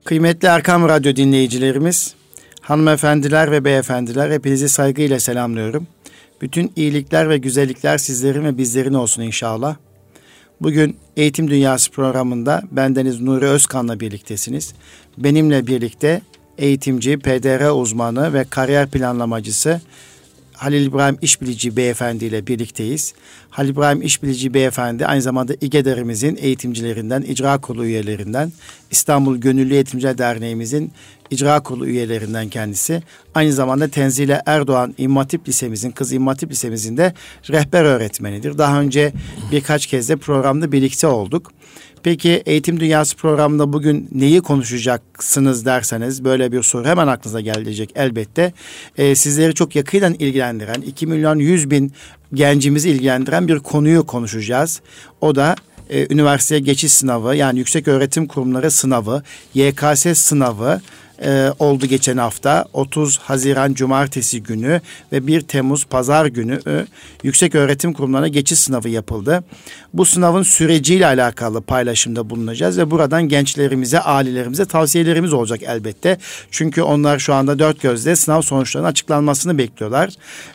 Kıymetli Erkam Radyo dinleyicilerimiz, hanımefendiler ve beyefendiler, hepinizi saygıyla selamlıyorum. Bütün iyilikler ve güzellikler sizlerin ve bizlerin olsun inşallah. Bugün Eğitim Dünyası programında bendeniz Nuri Özkan'la birliktesiniz. Benimle birlikte eğitimci, PDR uzmanı ve kariyer planlamacısı Halil İbrahim İşbilici Beyefendi ile birlikteyiz. Halil İbrahim İşbilici Beyefendi aynı zamanda İGEDER'imizin eğitimcilerinden, icra kurulu üyelerinden, İstanbul Gönüllü Eğitimciler Derneğimizin icra kurulu üyelerinden kendisi. Aynı zamanda Tenzile Erdoğan İmam Hatip Lisemizin, Kız İmam Hatip Lisemizin de rehber öğretmenidir. Daha önce birkaç kez de programda birlikte olduk. Peki Eğitim Dünyası programında bugün neyi konuşacaksınız derseniz böyle bir soru hemen aklınıza gelecek elbette. Sizleri çok yakından ilgilendiren 2 milyon 100 bin gencimizi ilgilendiren bir konuyu konuşacağız. O da üniversiteye geçiş sınavı, yani yüksek öğretim kurumları sınavı, YKS sınavı oldu geçen hafta. 30 Haziran Cumartesi günü ve 1 Temmuz Pazar günü yüksek öğretim kurumlarına geçiş sınavı yapıldı. Bu sınavın süreciyle alakalı paylaşımda bulunacağız ve buradan gençlerimize, ailelerimize tavsiyelerimiz olacak elbette. Çünkü onlar şu anda dört gözle sınav sonuçlarının açıklanmasını bekliyorlar.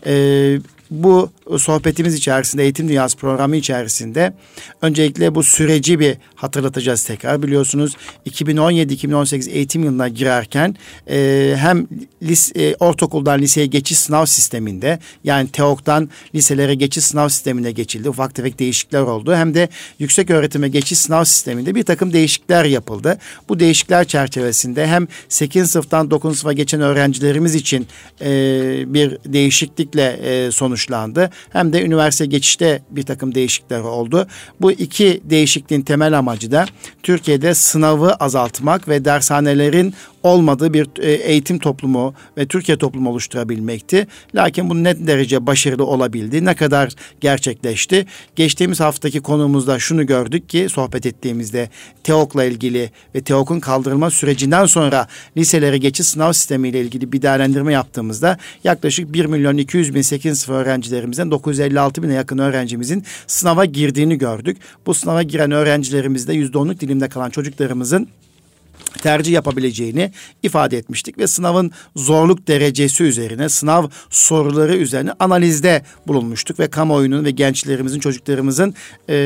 Bu sohbetimiz içerisinde, Eğitim Dünyası programı içerisinde öncelikle bu süreci bir hatırlatacağız tekrar. Biliyorsunuz 2017-2018 eğitim yılına girerken hem ortaokuldan liseye geçiş sınav sisteminde, yani TEOG'dan liselere geçiş sınav sistemine geçildi. Ufak tefek değişiklikler oldu. Hem de yüksek öğretime geçiş sınav sisteminde bir takım değişiklikler yapıldı. Bu değişiklikler çerçevesinde hem 8. sınıftan 9. sınıfa geçen öğrencilerimiz için bir değişiklikle sonuçlandı. Hem de üniversite geçişte bir takım değişiklikler oldu. Bu iki değişikliğin temel amacı da Türkiye'de sınavı azaltmak ve dershanelerin olmadığı bir eğitim toplumu ve Türkiye toplumu oluşturabilmekti. Lakin bu ne derece başarılı olabildi, ne kadar gerçekleşti? Geçtiğimiz haftaki konumuzda şunu gördük ki, sohbet ettiğimizde TEOG'la ilgili ve TEOG'un kaldırılma sürecinden sonra liselere geçiş sınav sistemiyle ilgili bir değerlendirme yaptığımızda yaklaşık 1 milyon 200 bin 8. sınıf öğrencilerimizden 956 bine yakın öğrencimizin sınava girdiğini gördük. Bu sınava giren öğrencilerimizde %10'luk dilimde kalan çocuklarımızın tercih yapabileceğini ifade etmiştik ve sınavın zorluk derecesi üzerine, sınav soruları üzerine analizde bulunmuştuk ve kamuoyunun ve gençlerimizin, çocuklarımızın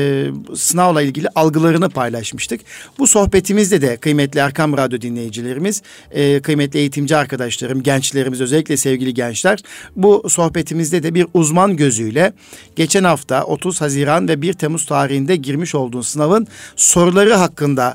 sınavla ilgili algılarını paylaşmıştık. Bu sohbetimizde de kıymetli Erkam Radyo dinleyicilerimiz, kıymetli eğitimci arkadaşlarım, gençlerimiz, özellikle sevgili gençler, bu sohbetimizde de bir uzman gözüyle geçen hafta 30 Haziran ve 1 Temmuz tarihinde girmiş olduğun sınavın soruları hakkında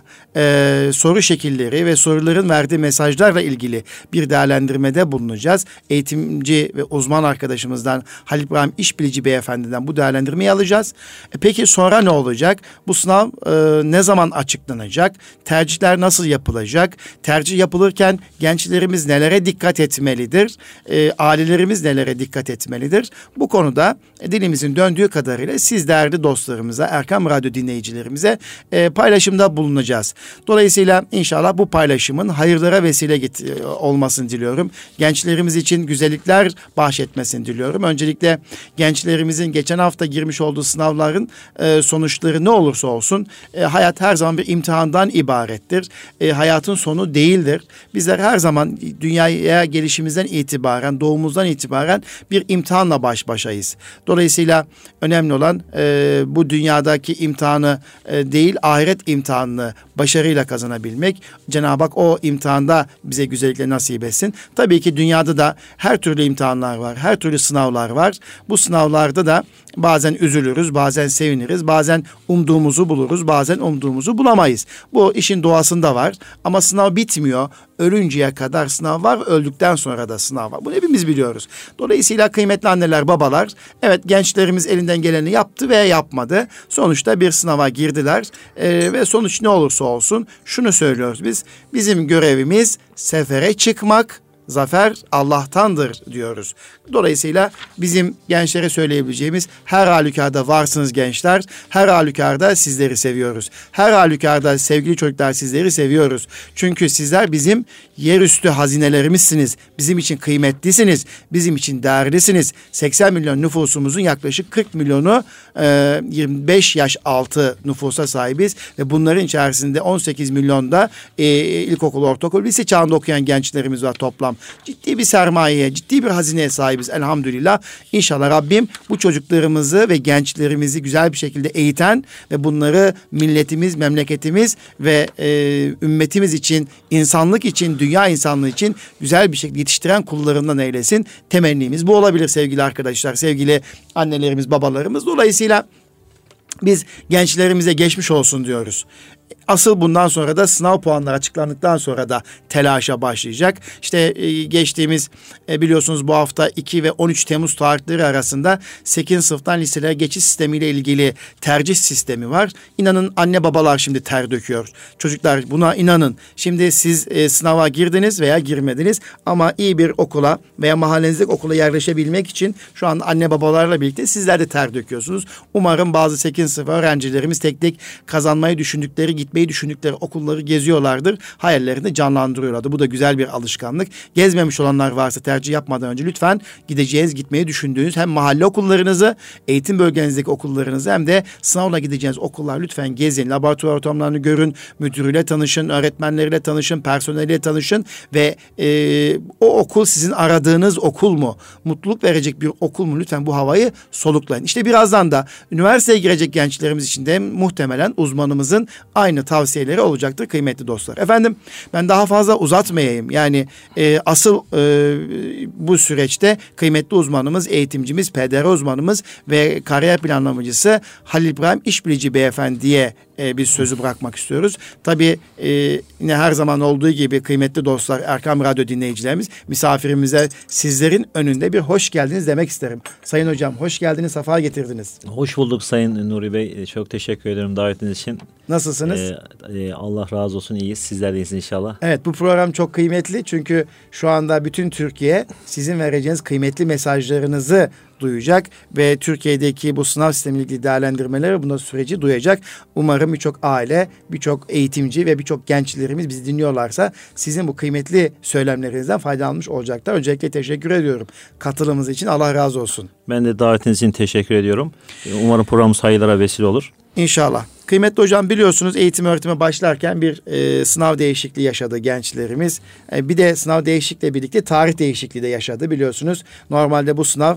soru şekilleri ve soruların verdiği mesajlarla ilgili bir değerlendirmede bulunacağız. Eğitimci ve uzman arkadaşımızdan Halil İbrahim İşbilici Beyefendi'den bu değerlendirmeyi alacağız. Peki sonra ne olacak? Bu sınav ne zaman açıklanacak? Tercihler nasıl yapılacak? Tercih yapılırken gençlerimiz nelere dikkat etmelidir? Ailelerimiz nelere dikkat etmelidir? Bu konuda dilimizin döndüğü kadarıyla siz değerli dostlarımıza, Erkam Radyo dinleyicilerimize paylaşımda bulunacağız. Dolayısıyla inşallah bu paylaşımın hayırlara vesile olmasını diliyorum. Gençlerimiz için güzellikler bahşetmesini diliyorum. Öncelikle gençlerimizin geçen hafta girmiş olduğu sınavların sonuçları ne olursa olsun hayat her zaman bir imtihandan ibarettir. Hayatın sonu değildir. Bizler her zaman dünyaya gelişimizden itibaren, doğumuzdan itibaren bir imtihanla baş başayız. Dolayısıyla önemli olan bu dünyadaki imtihanı değil, ahiret imtihanını başarıyla kazanabilmek. Cenab-ı Hak o imtihanda bize güzellikle nasip etsin. Tabii ki dünyada da her türlü imtihanlar var, her türlü sınavlar var. Bu sınavlarda da bazen üzülürüz, bazen seviniriz, bazen umduğumuzu buluruz, bazen umduğumuzu bulamayız. Bu işin doğasında var ama sınav bitmiyor. Ölünceye kadar sınav var, öldükten sonra da sınav var. Bunu hepimiz biliyoruz. Dolayısıyla kıymetli anneler, babalar, evet, gençlerimiz elinden geleni yaptı veya yapmadı. Sonuçta bir sınava girdiler ve sonuç ne olursa olsun şunu söylüyoruz biz. Bizim görevimiz sefere çıkmak zafer Allah'tandır diyoruz. Dolayısıyla bizim gençlere söyleyebileceğimiz her halükarda varsınız gençler. Her halükarda sizleri seviyoruz. Her halükarda sevgili çocuklar sizleri seviyoruz. Çünkü sizler bizim yerüstü hazinelerimizsiniz. Bizim için kıymetlisiniz. Bizim için değerlisiniz. 80 milyon nüfusumuzun yaklaşık 40 milyonu 25 yaş altı nüfusa sahibiz. Ve bunların içerisinde 18 milyonda ilkokul, ortaokul, lise çağında okuyan gençlerimiz var toplam. Ciddi bir sermayeye, ciddi bir hazineye sahibiz elhamdülillah. İnşallah Rabbim bu çocuklarımızı ve gençlerimizi güzel bir şekilde eğiten ve bunları milletimiz, memleketimiz ve ümmetimiz için, insanlık için, dünya insanlığı için güzel bir şekilde yetiştiren kullarından eylesin. Temennimiz bu olabilir sevgili arkadaşlar, sevgili annelerimiz, babalarımız. Dolayısıyla biz gençlerimize geçmiş olsun diyoruz. Asıl bundan sonra da sınav puanları açıklandıktan sonra da telaşa başlayacak. İşte geçtiğimiz biliyorsunuz bu hafta 2 ve 13 Temmuz tarihleri arasında 8. sınıftan liselere geçiş sistemiyle ilgili tercih sistemi var. İnanın anne babalar şimdi ter döküyor. Çocuklar buna inanın. Şimdi siz sınava girdiniz veya girmediniz ama iyi bir okula veya mahallenizdeki okula yerleşebilmek için şu an anne babalarla birlikte sizler de ter döküyorsunuz. Umarım bazı 8. sınıf öğrencilerimiz tek tek kazanmayı düşündükleri, gitmeyi düşündükleri okulları geziyorlardır. Hayallerini canlandırıyorlardı. Bu da güzel bir alışkanlık. Gezmemiş olanlar varsa tercih yapmadan önce lütfen gitmeyi düşündüğünüz hem mahalle okullarınızı, eğitim bölgenizdeki okullarınızı hem de sınavla gideceğiniz okullar lütfen gezin. Laboratuvar ortamlarını görün, müdürüyle tanışın, öğretmenleriyle tanışın, personeliyle tanışın ve o okul sizin aradığınız okul mu? Mutluluk verecek bir okul mu? Lütfen bu havayı soluklayın. İşte birazdan da üniversiteye girecek gençlerimiz için de muhtemelen uzmanımızın aynı tavsiyeleri olacaktır kıymetli dostlar. Efendim ben daha fazla uzatmayayım. Yani asıl bu süreçte kıymetli uzmanımız, eğitimcimiz, PDR uzmanımız ve kariyer planlamacısı Halil İbrahim İşbilici Beyefendi'ye bir sözü bırakmak istiyoruz. Tabii yine her zaman olduğu gibi kıymetli dostlar, Erkam Radyo dinleyicilerimiz, misafirimize sizlerin önünde bir hoş geldiniz demek isterim. Sayın hocam hoş geldiniz, safa getirdiniz. Hoş bulduk Sayın Nuri Bey. Çok teşekkür ederim davetiniz için. Nasılsınız? Allah razı olsun, iyiyiz. Sizler de iyisiniz inşallah. Evet, bu program çok kıymetli çünkü şu anda bütün Türkiye sizin vereceğiniz kıymetli mesajlarınızı duyacak ve Türkiye'deki bu sınav sistemiyle ilgili değerlendirmeleri, bunda süreci duyacak. Umarım birçok aile, birçok eğitimci ve birçok gençlerimiz bizi dinliyorlarsa sizin bu kıymetli söylemlerinizden faydalanmış olacaklar. Öncelikle teşekkür ediyorum katılımınız için. Allah razı olsun. Ben de davetiniz için teşekkür ediyorum. Umarım programımız hayırlara vesile olur. İnşallah. Kıymetli hocam biliyorsunuz eğitim öğretime başlarken bir sınav değişikliği yaşadı gençlerimiz. Bir de sınav değişikliğiyle birlikte tarih değişikliği de yaşadı biliyorsunuz. Normalde bu sınav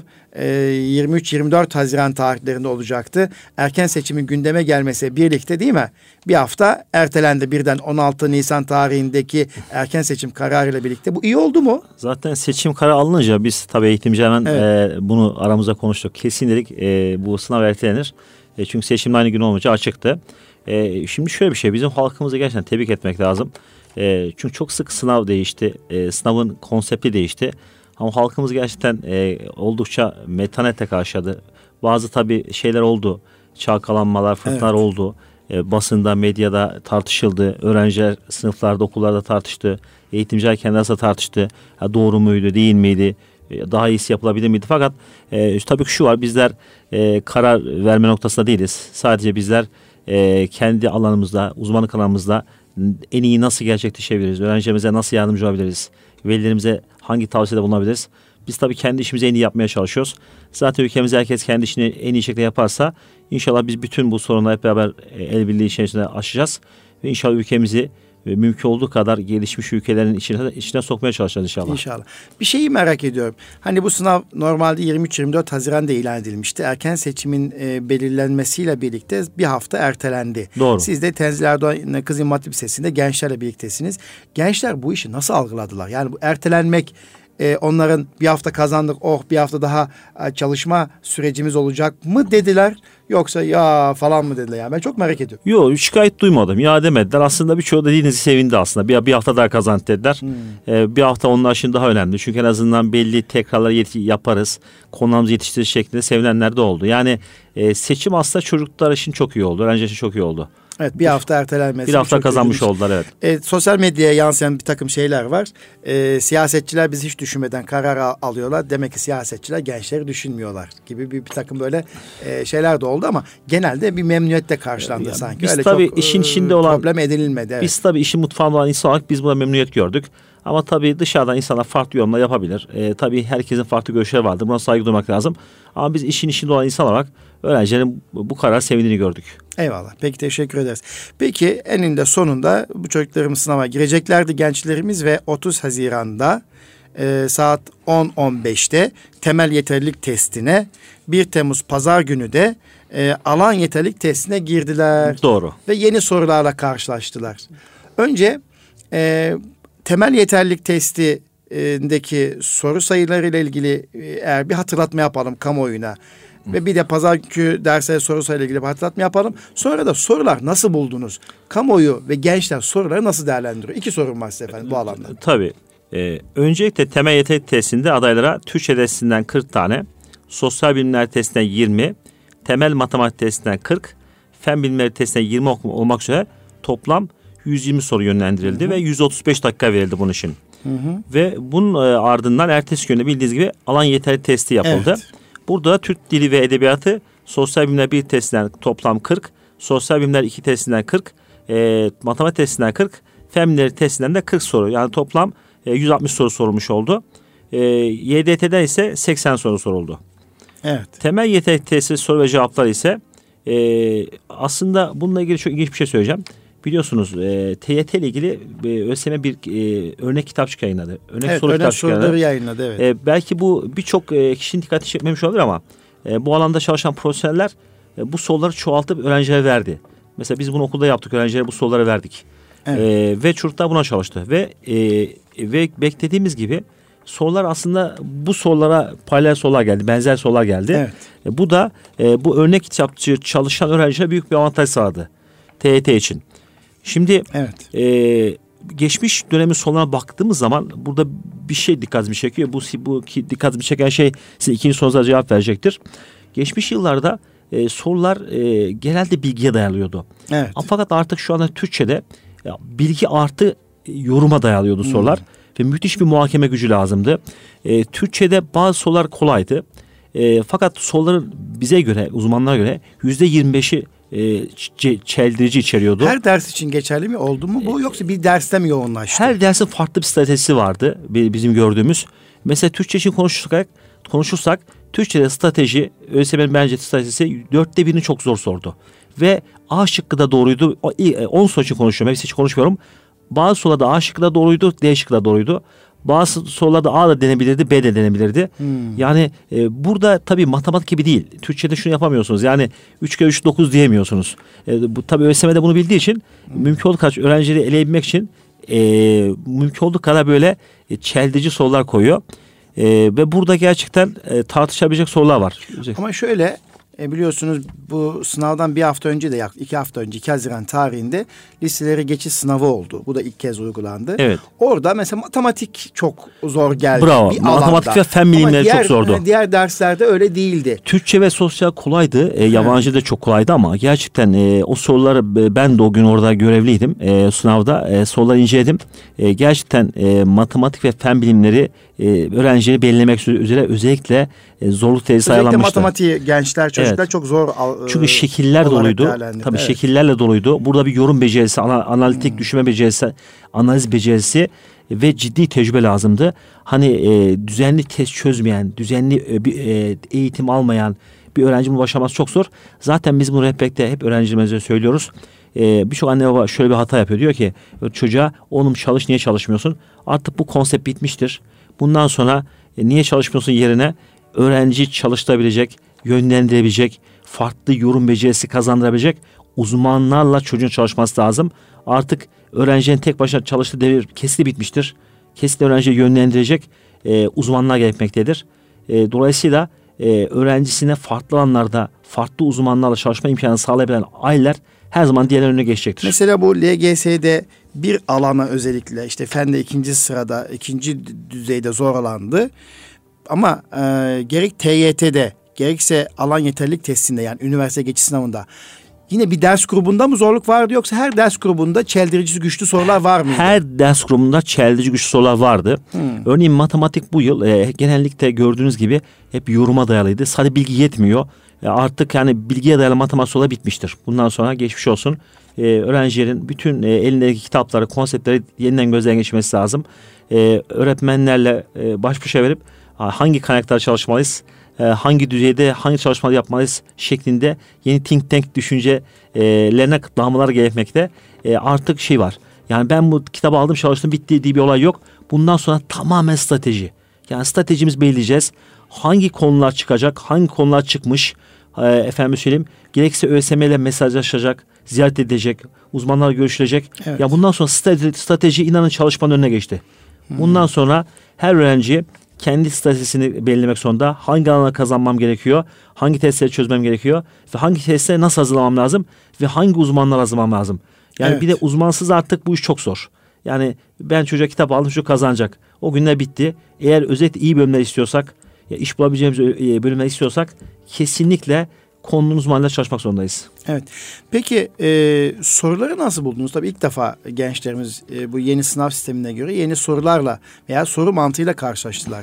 23-24 Haziran tarihlerinde olacaktı. Erken seçimin gündeme gelmesi birlikte değil mi? Bir hafta ertelendi birden 16 Nisan tarihindeki erken seçim kararıyla birlikte. Bu iyi oldu mu? Zaten seçim kararı alınınca biz tabii eğitimci hemen bunu aramızda konuştuk. Kesin dedik bu sınav ertelenir. Çünkü seçimin aynı gün olmayınca açıktı. Şimdi şöyle bir şey, bizim halkımızı gerçekten tebrik etmek lazım. Çünkü çok sık sınav değişti. Sınavın konsepti değişti. Ama halkımız gerçekten oldukça metanetle karşıladı. Bazı tabii şeyler oldu. Çalkalanmalar, fırtınalar oldu. Basında, medyada tartışıldı. Öğrenciler sınıflarda, okullarda tartıştı. Eğitimciler kendi arasında tartıştı. Doğru muydu, değil miydi? Daha iyisi yapılabilir miydi? Fakat tabii ki şu var, bizler karar verme noktasında değiliz. Sadece bizler kendi alanımızda, uzmanlık alanımızda en iyi nasıl gerçekleşebiliriz? Öğrencilerimize nasıl yardımcı olabiliriz? Velilerimize hangi tavsiyede bulunabiliriz? Biz tabii kendi işimizi en iyi yapmaya çalışıyoruz. Zaten ülkemizde herkes kendi işini en iyi şekilde yaparsa inşallah biz bütün bu sorunları hep beraber el birliği içerisinde aşacağız. Ve inşallah ülkemizi mümkün olduğu kadar gelişmiş ülkelerin içine sokmaya çalışacağız inşallah. İnşallah. Bir şeyi merak ediyorum. Hani bu sınav normalde 23-24 Haziran'da ilan edilmişti. Erken seçimin belirlenmesiyle birlikte bir hafta ertelendi. Doğru. Siz de Tenzil Erdoğan Kız İmam Hatip Lisesi'nde gençlerle birliktesiniz. Gençler bu işi nasıl algıladılar? Yani bu ertelenmek onların bir hafta kazandık, bir hafta daha çalışma sürecimiz olacak mı dediler? Yoksa ya falan mı dediler? Yani ben çok merak ediyorum. Yok, şikayet duymadım. Ya demediler. Aslında birçoğu dediğinizi sevindi aslında. Bir hafta daha kazandık dediler. Bir hafta onlar için daha önemli. Çünkü en azından belli tekrarlar yaparız. Konularımızı yetiştiririz şeklinde sevinenler de oldu. Yani seçim aslında çocuklar için çok iyi oldu. Öğrenciler için çok iyi oldu. Evet, bir hafta ertelenmesi. Bir hafta kazanmış oldular, evet. Sosyal medyaya yansıyan bir takım şeyler var. Siyasetçiler bizi hiç düşünmeden karar alıyorlar. Demek ki siyasetçiler gençleri düşünmüyorlar gibi bir takım böyle şeyler de oldu ama genelde bir memnuniyetle karşılandı sanki. Biz öyle tabii çok işin içinde olan problem edinilmedi. Evet. Biz tabii işin mutfağında olan insan olarak biz buna memnuniyet gördük. Ama tabii dışarıdan insanlar farklı yorumlar yapabilir. Tabii herkesin farklı görüşleri vardır. Buna saygı duymak lazım. Ama biz işin içinde olan insan olarak öğrencilerin bu karar sevindiğini gördük. Eyvallah. Peki, teşekkür ederiz. Peki eninde sonunda bu çocuklarımız sınava gireceklerdi, gençlerimiz, ve 30 Haziran'da saat 10.15'te temel yeterlilik testine, 1 Temmuz Pazar günü de alan yeterlilik testine girdiler. Doğru. Ve yeni sorularla karşılaştılar. Önce temel yeterlilik testindeki soru sayılarıyla ilgili eğer bir hatırlatma yapalım kamuoyuna. Ve bir de pazartesi derse soru sayıyla ilgili bir hatırlatma yapalım. Sonra da sorular nasıl buldunuz? Kamuoyu ve gençler soruları nasıl değerlendiriyor? 2 sorum var size efendim bu alanda. Tabii. Öncelikle temel yetenek testinde adaylara Türkçe testinden 40 tane, sosyal bilimler testinden 20, temel matematik testinden 40, fen bilimleri testinden 20 olmak üzere toplam 120 soru yönlendirildi ve 135 dakika verildi bunun için. Ve bunun ardından ertesi günde bildiğiniz gibi alan yeterlilik testi yapıldı. Evet. Burada Türk Dili ve Edebiyatı sosyal bilimler 1 testinden toplam 40, sosyal bilimler 2 testinden 40, matematik testinden 40, fen bilimleri testinden de 40 soru. Yani toplam 160 soru sorulmuş oldu. YDT'den ise 80 soru soruldu. Evet. Temel yetenek testi soru ve cevaplar ise aslında bununla ilgili çok ilginç bir şey söyleyeceğim. Biliyorsunuz TYT ile ilgili ÖSYM bir örnek kitapçık yayınladı. Örnek soruları yayınladı. Evet. Belki bu birçok kişinin dikkatini çekmemiş olabilir ama bu alanda çalışan profesyoneller bu soruları çoğaltıp öğrencilere verdi. Mesela biz bunu okulda yaptık, öğrencilere bu soruları verdik. Evet. Ve çocuklar buna çalıştı ve beklediğimiz gibi sorular aslında bu sorulara paralel sorular geldi, benzer sorular geldi. Evet. Bu da bu örnek kitapçı çalışan öğrencilere büyük bir avantaj sağladı TYT için. Şimdi evet. Geçmiş dönemin sonuna baktığımız zaman burada bir şey dikkatimi çekiyor. Bu dikkatimi çeken şey size ikinci sorunuza cevap verecektir. Geçmiş yıllarda sorular genelde bilgiye dayalıyordu. Evet. Fakat artık şu anda Türkçe'de bilgi artı yoruma dayalıyordu sorular. Ve müthiş bir muhakeme gücü lazımdı. Türkçe'de bazı sorular kolaydı. Fakat soruların bize göre, uzmanlara göre %25'i çeldirici içeriyordu. Her ders için geçerli mi oldu mu bu, yoksa bir derste mi yoğunlaştı? Her dersin farklı bir stratejisi vardı bizim gördüğümüz. Mesela Türkçe için konuşursak Türkçe'de strateji, ÖSYM'nin bence stratejisi 1/4'ünü çok zor sordu. Ve A şıkkı da doğruydu. 10 soru için konuşuyorum, hepsi için konuşmuyorum. Bazı sorularda A şıkkı da doğruydu, D şıkkı da doğruydu. Bazı sorularda A da denebilirdi, B de denebilirdi. Yani burada tabii matematik gibi değil. Türkçe'de şunu yapamıyorsunuz. Yani 3 kere 3 9 diyemiyorsunuz. Bu tabii ÖSYM'de bunu bildiği için mümkün olduğu kadar öğrencileri eleyebilmek için mümkün olduğu kadar böyle çeldirici sorular koyuyor. Ve burada gerçekten tartışabilecek sorular var. Ama şöyle biliyorsunuz bu sınavdan bir hafta önce de 2 hafta önce 2 Haziran tarihinde liselere geçiş sınavı oldu. Bu da ilk kez uygulandı. Evet. Orada mesela matematik çok zor geldi. Bravo. Matematik ve fen bilimleri çok zordu. Diğer derslerde öyle değildi. Türkçe ve sosyal kolaydı. Yabancı da çok kolaydı ama gerçekten o soruları ben de o gün orada görevliydim. Sınavda soruları inceledim. Gerçekten matematik ve fen bilimleri öğrencileri belirlemek üzere özellikle zorluk derecesi ayarlanmıştı. Özellikle matematiği gençler, çocuklar çok zor. Çünkü şekiller doluydu. Tabii şekillerle doluydu. Burada bir yorum becerisi, analitik düşünme becerisi, analiz becerisi ve ciddi tecrübe lazımdı. Hani düzenli test çözmeyen, düzenli bir eğitim almayan bir öğrencinin ulaşaması çok zor. Zaten biz bunu rehberlikte hep öğrencilerimize söylüyoruz. Birçok anne baba şöyle bir hata yapıyor. Diyor ki çocuğa oğlum çalış, niye çalışmıyorsun? Artık bu konsept bitmiştir. Bundan sonra niye çalışmıyorsun yerine öğrenci çalıştırabilecek, yönlendirebilecek, farklı yorum becerisi kazandırabilecek uzmanlarla çocuğun çalışması lazım. Artık öğrencinin tek başına çalıştığı devir kesinlikle bitmiştir. Kesinlikle öğrenciyi yönlendirecek uzmanlar gerekmektedir. Dolayısıyla öğrencisine farklı alanlarda, farklı uzmanlarla çalışma imkanı sağlayabilen aileler her zaman diğerlerinin önüne geçecektir. Mesela bu LGS'de bir alana özellikle işte fende 2. sırada, 2. düzeyde zor alandı. Ama gerek TYT'de gerekse alan yeterlilik testinde, yani üniversite geçiş sınavında yine bir ders grubunda mı zorluk vardı yoksa her ders grubunda çeldiricisi güçlü sorular var mıydı? Her ders grubunda çeldirici güçlü sorular vardı. Örneğin matematik bu yıl genellikle gördüğünüz gibi hep yoruma dayalıydı. Sadece bilgi yetmiyor. Artık yani bilgiye dayalı matematik sorular bitmiştir. Bundan sonra geçmiş olsun. Öğrencilerin bütün elindeki kitapları, konseptleri yeniden gözden geçirmesi lazım. Öğretmenlerle baş başa verip hangi kaynaklar çalışmalıyız, hangi düzeyde hangi çalışmalar yapmalıyız şeklinde yeni think tank düşüncelerine damlalar gerekmekte. Artık şey var. Yani ben bu kitabı aldım, çalıştım, bitti diye bir olay yok. Bundan sonra tamamen strateji. Yani stratejimizi belirleyeceğiz. Hangi konular çıkacak, hangi konular çıkmış, efendim söyleyeyim, gerekirse ÖSYM ile mesajlaşacak, ziyaret edecek, uzmanlarla görüşülecek. Evet. Ya bundan sonra strateji inanın çalışmanın önüne geçti. Bundan sonra her öğrenci kendi stratejisini belirlemek zorunda. Hangi alana kazanmam gerekiyor, hangi testleri çözmem gerekiyor ve hangi testlere nasıl hazırlamam lazım ve hangi uzmanlar hazırlamam lazım. Yani Evet. bir de uzmansız artık bu iş çok zor. Yani ben çocuğa kitap aldım, şu kazanacak. O günler bitti. Eğer özellikle iyi bölümler istiyorsak, ya iş bulabileceğimiz bölümler istiyorsak kesinlikle konunun uzmanlarıyla çalışmak zorundayız. Evet. Peki soruları nasıl buldunuz? Tabii ilk defa gençlerimiz bu yeni sınav sistemine göre yeni sorularla veya soru mantığıyla karşılaştılar.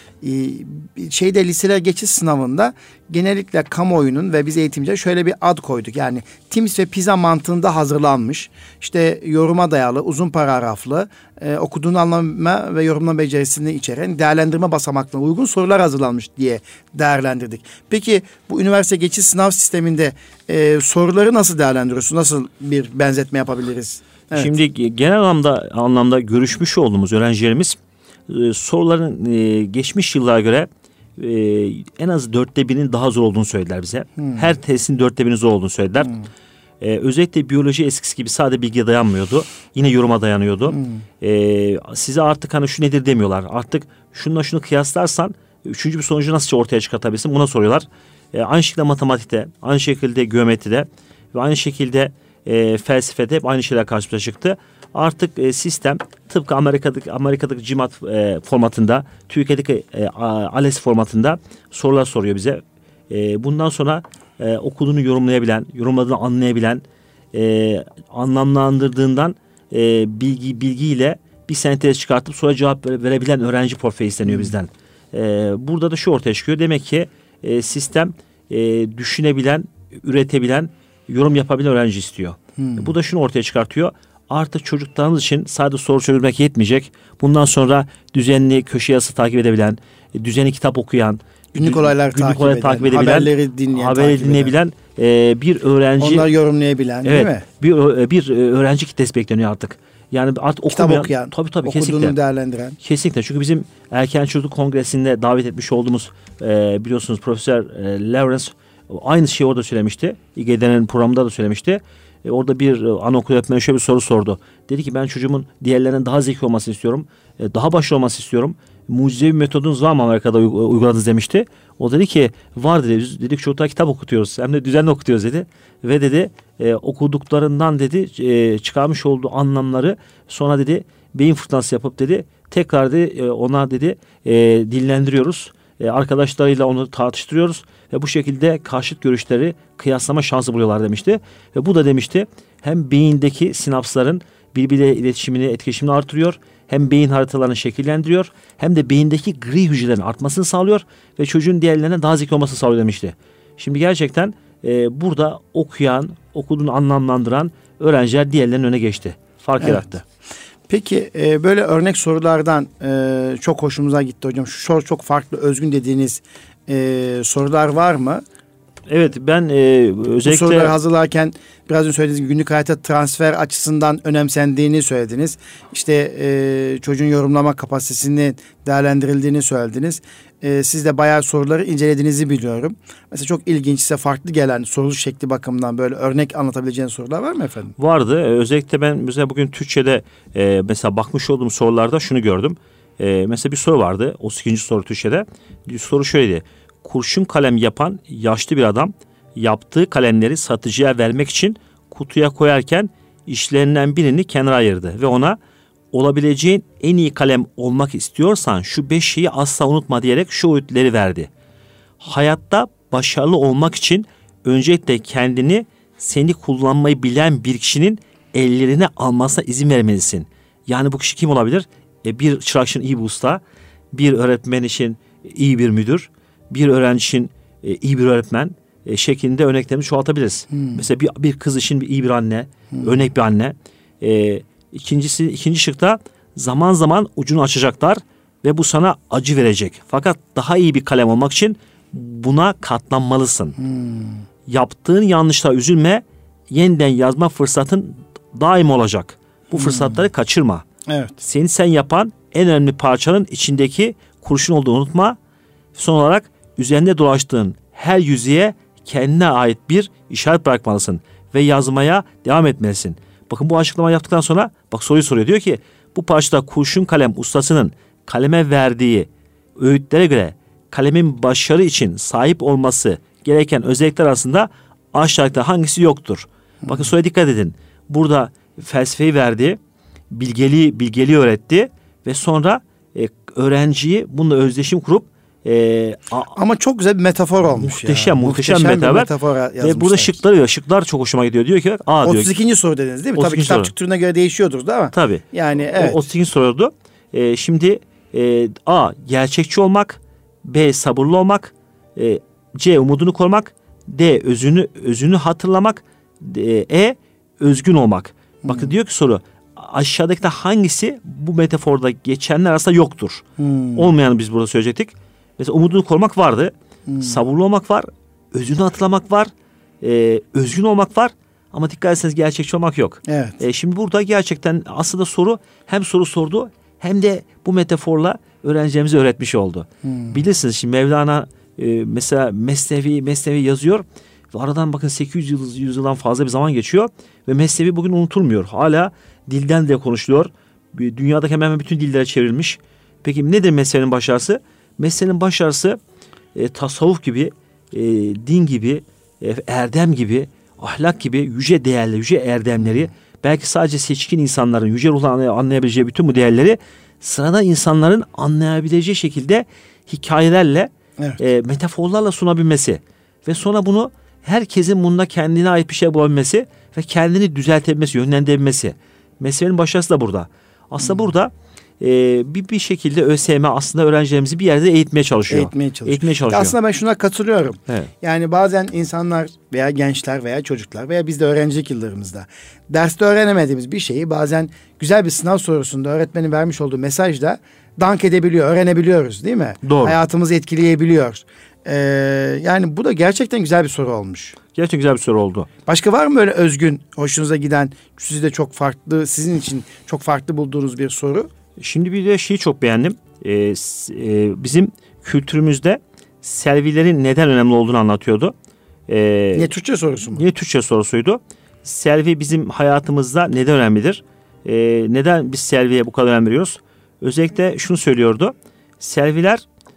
Liseler geçiş sınavında genellikle kamuoyunun ve biz eğitimciler şöyle bir ad koyduk. Yani TIMSS ve PISA mantığında hazırlanmış, işte yoruma dayalı, uzun paragraflı, okuduğun anlama ve yorumlama becerisini içeren değerlendirme basamaklarına uygun sorular hazırlanmış diye değerlendirdik. Peki bu üniversite geçiş sınav sisteminde soruları nasıl değerlendiriyorsun? Nasıl bir benzetme yapabiliriz? Evet. Şimdi genel anlamda görüşmüş olduğumuz öğrencilerimiz soruların geçmiş yıllara göre en az 1/4'inin daha zor olduğunu söylediler bize. Her testin 1/4'inin zor olduğunu söylediler. Özellikle biyoloji eskisi gibi sadece bilgiye dayanmıyordu. Yine yoruma dayanıyordu. Size artık hani şu nedir demiyorlar. Artık şununla şunu kıyaslarsan üçüncü bir sonucu nasıl ortaya çıkartabilirsin, buna soruyorlar. Aynı şekilde matematikte, aynı şekilde geometride ve aynı şekilde felsefede hep aynı şeyler karşımıza çıktı. Artık sistem tıpkı Amerika'daki GMAT formatında, Türkiye'deki ALES formatında sorular soruyor bize. Bundan sonra okuduğunu yorumlayabilen, yorumladığını anlayabilen, anlamlandırdığından bilgiyle bir sentez çıkartıp sonra cevap verebilen öğrenci profili isteniyor bizden. Burada da şu ortaya çıkıyor. Demek ki sistem düşünebilen, üretebilen, yorum yapabilen öğrenci istiyor. Bu da şunu ortaya çıkartıyor. Artık çocuklarımız için sadece soru çözmek yetmeyecek. Bundan sonra düzenli köşe yazısı takip edebilen, düzenli kitap okuyan, günlük olaylar takip edebilen, haberleri dinleyebilen bir öğrenci. Onları yorumlayabilen, evet, değil mi? Bir öğrenci kitlesi bekleniyor artık. Yani artık kitap okuyan, tabii okuduğunu kesinlikle değerlendiren. Kesinlikle. Çünkü bizim Erken Çocukluk Kongresi'nde davet etmiş olduğumuz biliyorsunuz Profesör Lawrence aynı şeyi orada söylemişti. İGEDE'nin programında da söylemişti. Orada bir anaokulu öğretmeni şöyle bir soru sordu. Dedi ki ben çocuğumun diğerlerinden daha zeki olmasını istiyorum. Daha başarılı olmasını istiyorum. Mucizevi metodunuz var mı Amerika'da uyguladınız demişti. O dedi ki var dedi. Dedik çocuklara kitap okutuyoruz. Hem de düzenli okutuyoruz dedi. Ve dedi okuduklarından dedi çıkarmış olduğu anlamları sonra dedi beyin fırtınası yapıp dedi tekrar dedi ona dedi dinlendiriyoruz. Arkadaşlarıyla onu tartıştırıyoruz ve bu şekilde karşıt görüşleri kıyaslama şansı buluyorlar demişti. Ve bu da demişti hem beyindeki sinapsların birbiriyle iletişimini, etkileşimini artırıyor, hem beyin haritalarını şekillendiriyor, hem de beyindeki gri hücrelerin artmasını sağlıyor ve çocuğun diğerlerine daha zeki olmasını sağlıyor demişti. Şimdi gerçekten burada okuyan, okuduğunu anlamlandıran öğrenciler diğerlerinin öne geçti. Fark yarattı. Peki böyle örnek sorulardan çok hoşumuza gitti hocam. Şu soru çok farklı, özgün dediğiniz sorular var mı? Evet, ben özellikle... Bu soruları hazırlarken biraz önce söylediğiniz gibi günlük hayata transfer açısından önemsendiğini söylediniz. İşte çocuğun yorumlama kapasitesini değerlendirildiğini söylediniz. Siz de bayağı soruları incelediğinizi biliyorum. Mesela çok ilginç, size farklı gelen soruluş şekli bakımından böyle örnek anlatabileceğiniz sorular var mı efendim? Vardı. Özellikle ben mesela bugün Türkçe'de mesela bakmış olduğum sorularda şunu gördüm. Mesela bir soru vardı. 32. soru Türkçe'de. Soru şöyleydi. Kurşun kalem yapan yaşlı bir adam yaptığı kalemleri satıcıya vermek için kutuya koyarken işlerinden birini kenara ayırdı ve ona olabileceğin en iyi kalem olmak istiyorsan şu 5 şeyi asla unutma diyerek şu öğütleri verdi. Hayatta başarılı olmak için öncelikle kendini seni kullanmayı bilen bir kişinin ellerine almasına izin vermelisin. Yani bu kişi kim olabilir? Bir çırak için iyi bir usta, bir öğretmen için iyi bir müdür, bir öğrenci için iyi bir öğretmen şeklinde örneklerimizi çoğaltabiliriz. Mesela bir kız için iyi bir anne, örnek bir anne. İkinci şıkta zaman zaman ucunu açacaklar ve bu sana acı verecek. Fakat daha iyi bir kalem olmak için buna katlanmalısın. Yaptığın yanlışlara üzülme, yeniden yazma fırsatın daim olacak. Bu fırsatları kaçırma. Evet. Seni sen yapan en önemli parçanın içindeki kurşun olduğunu unutma. Son olarak üzerinde dolaştığın her yüzeye kendine ait bir işaret bırakmalısın ve yazmaya devam etmelisin. Bakın bu açıklama yaptıktan sonra bak soruyu soruyor. Diyor ki bu parçada kurşun kalem ustasının kaleme verdiği öğütlere göre kalemin başarı için sahip olması gereken özellikler arasında aşağıda hangisi yoktur? Bakın soruya dikkat edin. Burada felsefeyi verdi, bilgeliği öğretti ve sonra öğrenciyi bununla özdeşim kurup ama çok güzel bir metafor olmuş. Muhteşem bir metafor ve burada şıkları veriyor. Şıklar çok hoşuma gidiyor. Diyor ki 32. diyor. soru dediniz değil mi? Tabii kitapçık türüne göre değişiyordur değil mi? Tabii. Yani evet. 32. soruydu. Şimdi A. Gerçekçi olmak, B. Sabırlı olmak, C. Umudunu korumak, D. Özünü hatırlamak, E. Özgün olmak. Bakın diyor ki soru aşağıdaki hangisi bu metaforda geçenler arasında yoktur? Olmayanı biz burada söyleyecektik. Mesela umudunu korumak vardı. Sabırlı olmak var. Özünü hatırlamak var. Özgün olmak var. Ama dikkat etseniz gerçekçi olmak yok. Evet. Şimdi burada gerçekten aslında soru hem soru sordu hem de bu metaforla öğrencilerimize öğretmiş oldu. Bilirsiniz şimdi Mevlana mesela Mesnevi yazıyor. Ve aradan bakın 800 yıldan fazla bir zaman geçiyor. Ve Mesnevi bugün unutulmuyor. Hala dilden de konuşuluyor. Dünyadaki hemen bütün dillere çevrilmiş. Peki nedir Mesnevi'nin başarısı? Mesnevi'nin başarısı tasavvuf gibi, din gibi, erdem gibi, ahlak gibi yüce değerler, yüce erdemleri, belki sadece seçkin insanların yüce ruhla anlayabileceği bütün bu değerleri sıradan insanların anlayabileceği şekilde hikayelerle, metaforlarla sunabilmesi ve sonra bunu herkesin bunda kendine ait bir şey bulabilmesi ve kendini düzeltebilmesi, yönlendirebilmesi. Meselenin başarısı da burada. Aslında burada bir şekilde ÖSYM aslında öğrencilerimizi bir yerde eğitmeye çalışıyor. Aslında ben şuna katılıyorum. Evet. Yani bazen insanlar veya gençler veya çocuklar veya biz de öğrencilik yıllarımızda derste öğrenemediğimiz bir şeyi bazen güzel bir sınav sorusunda öğretmenin vermiş olduğu mesajla dank edebiliyor, öğrenebiliyoruz değil mi? Doğru. Hayatımızı etkileyebiliyor. Yani bu da gerçekten güzel bir soru olmuş. Gerçekten güzel bir soru oldu. Başka var mı böyle özgün, hoşunuza giden, sizi de çok farklı, sizin için çok farklı bulduğunuz bir soru? Şimdi bir de şeyi çok beğendim. Bizim kültürümüzde selvilerin neden önemli olduğunu anlatıyordu. Niye Türkçe sorusu mu? Niye Türkçe sorusuydu. Selvi bizim hayatımızda neden önemlidir? Neden biz selviye bu kadar önem veriyoruz? Özellikle şunu söylüyordu. Selviler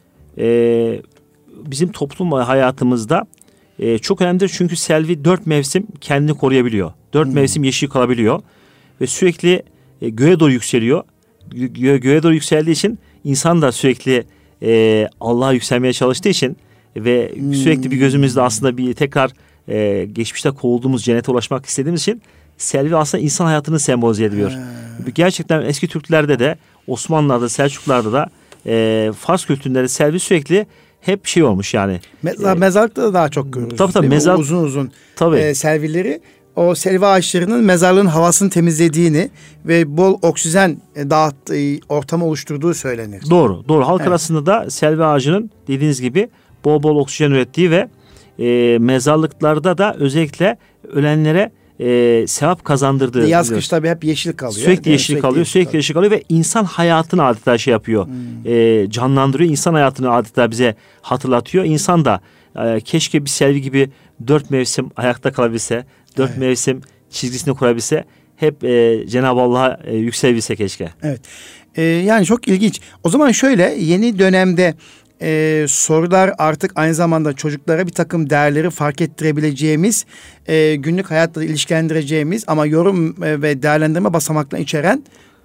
bizim toplum hayatımızda çok önemlidir. Çünkü selvi 4 mevsim kendini koruyabiliyor. 4 mevsim yeşil kalabiliyor. Ve sürekli göğe doğru yükseliyor. Göğe doğru yükseldiği için insan da sürekli Allah'a yükselmeye çalıştığı için ve sürekli bir gözümüzde aslında bir tekrar geçmişte kovulduğumuz cennete ulaşmak istediğimiz için selvi aslında insan hayatını sembolize ediyor. Gerçekten eski Türklerde de Osmanlılar'da, Selçuklular'da da Fars kültüründe selvi sürekli hep şey olmuş yani. Mezarlıkta da daha çok görürüz. Tabii. Uzun selvileri. O selvi ağaçlarının mezarlığın havasını temizlediğini ve bol oksijen dağıttığı, ortamı oluşturduğu söylenir. Doğru. Halk arasında da selvi ağacının dediğiniz gibi bol oksijen ürettiği ve mezarlıklarda da özellikle ölenlere sevap kazandırdığı. Yaz kış tabii hep yeşil kalıyor. Sürekli yeşil kalıyor ve insan hayatını adeta şey yapıyor. Canlandırıyor. İnsan hayatını adeta bize hatırlatıyor. İnsan da keşke bir selvi gibi 4 mevsim ayakta kalabilse, 4 mevsim çizgisini kurabilse, hep Cenab-ı Allah'a yükselebilse keşke. Evet. Yani çok ilginç. O zaman şöyle, yeni dönemde sorular artık aynı zamanda çocuklara bir takım değerleri fark ettirebileceğimiz, günlük hayatla ilişkilendireceğimiz ama yorum ve değerlendirme basamaklarını içeren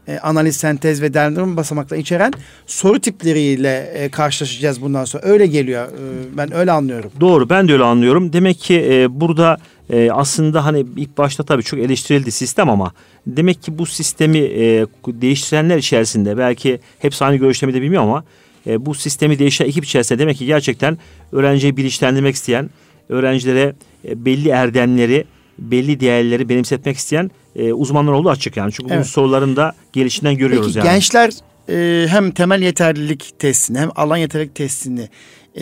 analiz, sentez ve değerlendirme basamaklarını içeren soru tipleriyle karşılaşacağız bundan sonra. Öyle geliyor. Ben öyle anlıyorum. Doğru, ben de öyle anlıyorum. Demek ki burada aslında hani ilk başta tabii çok eleştirildi sistem ama demek ki bu sistemi değiştirenler içerisinde, belki hepsi aynı görüşte mi de bilmiyorum ama bu sistemi değiştiren ekip içerisinde demek ki gerçekten öğrenciyi bilinçlendirmek isteyen, öğrencilere belli erdemleri, belli değerleri benimsetmek isteyen uzmanlar olduğu açık yani. Çünkü bu soruların da gelişinden görüyoruz. Peki, yani. Gençler hem temel yeterlilik testini hem alan yeterlilik testini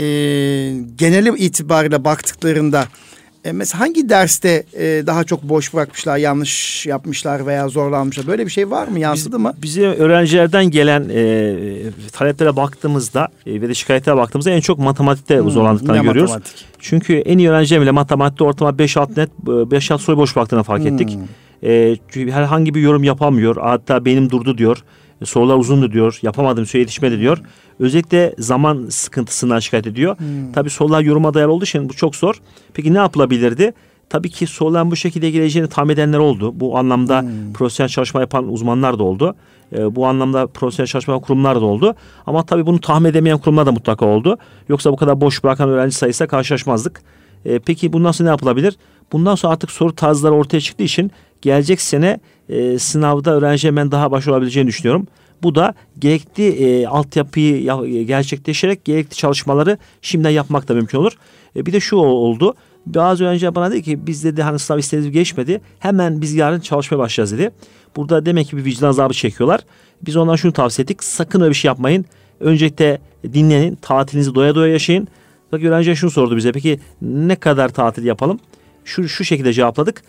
geneli itibariyle baktıklarında mesela hangi derste daha çok boş bırakmışlar, yanlış yapmışlar veya zorlanmışlar? Böyle bir şey var mı? Yansıdı mı? Bize öğrencilerden gelen taleplere baktığımızda ve de şikayetlere baktığımızda en çok matematikte zorlandıklarını görüyoruz. Matematik. Çünkü en iyi öğrenciler bile matematikte ortalama 5-6 soru boş bıraktığını fark ettik. Herhangi bir yorum yapamıyor. Hatta benim durdu diyor. Sorular uzundu diyor. Yapamadım, süre yetişmedi diyor. Özellikle zaman sıkıntısından şikayet ediyor. Tabii sorular yoruma dayalı olduğu için bu çok zor. Peki ne yapılabilirdi? Tabii ki soruların bu şekilde geleceğini tahmin edenler oldu. Bu anlamda profesyonel çalışma yapan uzmanlar da oldu. Bu anlamda profesyonel çalışma yapan kurumlar da oldu. Ama tabii bunu tahmin edemeyen kurumlar da mutlaka oldu. Yoksa bu kadar boş bırakan öğrenci sayısıyla karşılaşmazdık. Peki bundan sonra ne yapılabilir? Bundan sonra artık soru tarzları ortaya çıktığı için gelecek sene sınavda öğrenciye ben daha başarılı olabileceğini düşünüyorum. Bu da gerekli altyapıyı gerçekleşerek gerekli çalışmaları şimdiden yapmak da mümkün olur. Bir de şu oldu. Bazı öğrenciler bana dedi ki biz dedi hani sınav istediğimiz geçmedi. Hemen biz yarın çalışmaya başlayacağız dedi. Burada demek ki bir vicdan azabı çekiyorlar. Biz ondan şunu tavsiye ettik. Sakın öyle bir şey yapmayın. Öncelikle dinlenin. Tatilinizi doya doya yaşayın. Bak öğrenciler şunu sordu bize. Peki ne kadar tatil yapalım? Şu şekilde cevapladık.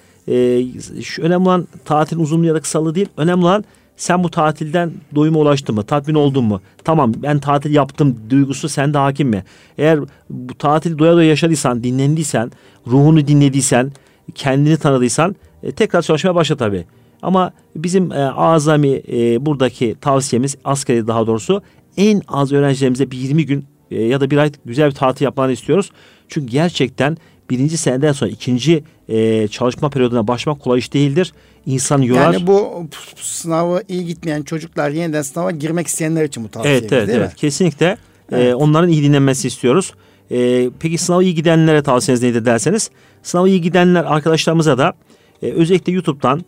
Önemli olan tatilin uzunluğu ya da kısalığı değil. Önemli olan sen bu tatilden doyuma ulaştın mı? Tatmin oldun mu? Tamam, ben tatil yaptım duygusu sende hakim mi? Eğer bu tatili doya doya yaşadıysan, dinlendiysen, ruhunu dinlediysen, kendini tanıdıysan tekrar çalışmaya başla tabii. Ama bizim azami buradaki tavsiyemiz, asgari daha doğrusu en az öğrencilerimize bir 20 gün ya da bir ay güzel bir tatil yapmanı istiyoruz. Çünkü gerçekten birinci seneden sonra ikinci çalışma periyoduna başlamak kolay iş değildir. İnsan yorar. Yani bu sınava iyi gitmeyen çocuklar yeniden sınava girmek isteyenler için bu tavsiyemiz değil mi? Evet, kesinlikle. Evet. Onların iyi dinlenmesi istiyoruz. Peki sınava iyi gidenlere tavsiyeniz nedir derseniz, sınava iyi gidenler arkadaşlarımıza da özellikle YouTube'dan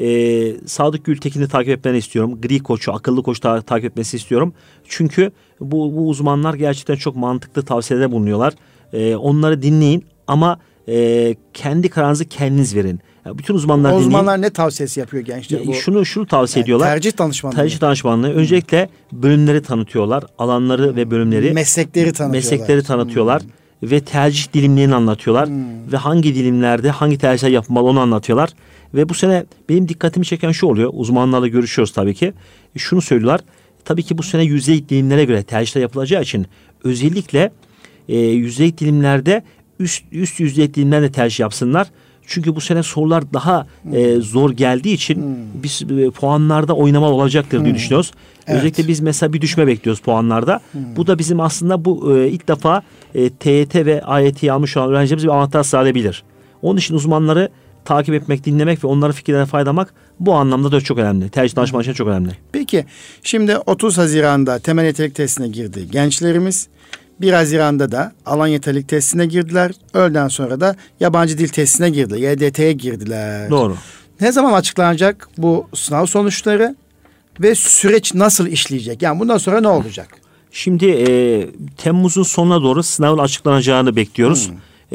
Sadık Gültekin'i takip etmeni istiyorum. Gri Koç'u, Akıllı Koç'u takip etmesi istiyorum. Çünkü bu uzmanlar gerçekten çok mantıklı tavsiyelerde bulunuyorlar. Onları dinleyin ama kendi kararınızı kendiniz verin. Yani bütün uzmanlar dinleyin. Uzmanlar ne tavsiyesi yapıyor gençlere? Şunu tavsiye ediyorlar. Tercih danışmanlığı. Tercih danışmanlığı. Öncelikle bölümleri tanıtıyorlar. Alanları ve bölümleri. Meslekleri tanıtıyorlar. Ve tercih dilimlerini anlatıyorlar. Ve hangi dilimlerde hangi tercihler yapmalı onu anlatıyorlar. Ve bu sene benim dikkatimi çeken şu oluyor. Uzmanlarla görüşüyoruz tabii ki. Şunu söylüyorlar. Tabii ki bu sene yüzdelik dilimlere göre tercihler yapılacağı için özellikle yüzdelik dilimlerde üst yüzdelik dilimlerle tercih yapsınlar. Çünkü bu sene sorular daha zor geldiği için biz puanlarda oynama olacaktır diye düşünüyoruz. Evet. Özellikle biz mesela bir düşme bekliyoruz puanlarda. Bu da bizim aslında bu ilk defa TYT ve AYT'yi almış olan öğrencilerimiz bir avantaj sağlayabilir. Onun için uzmanları takip etmek, dinlemek ve onların fikirlerine faydalanmak bu anlamda da çok önemli. Tercih danışmanlığı için çok önemli. Peki şimdi 30 Haziran'da temel yeterlilik testine girdi gençlerimiz. 1 Haziran'da da alan yeterlilik testine girdiler. Öğleden sonra da yabancı dil testine girdiler. YDT'ye girdiler. Doğru. Ne zaman açıklanacak bu sınav sonuçları ve süreç nasıl işleyecek? Yani bundan sonra ne olacak? Şimdi Temmuz'un sonuna doğru sınavın açıklanacağını bekliyoruz.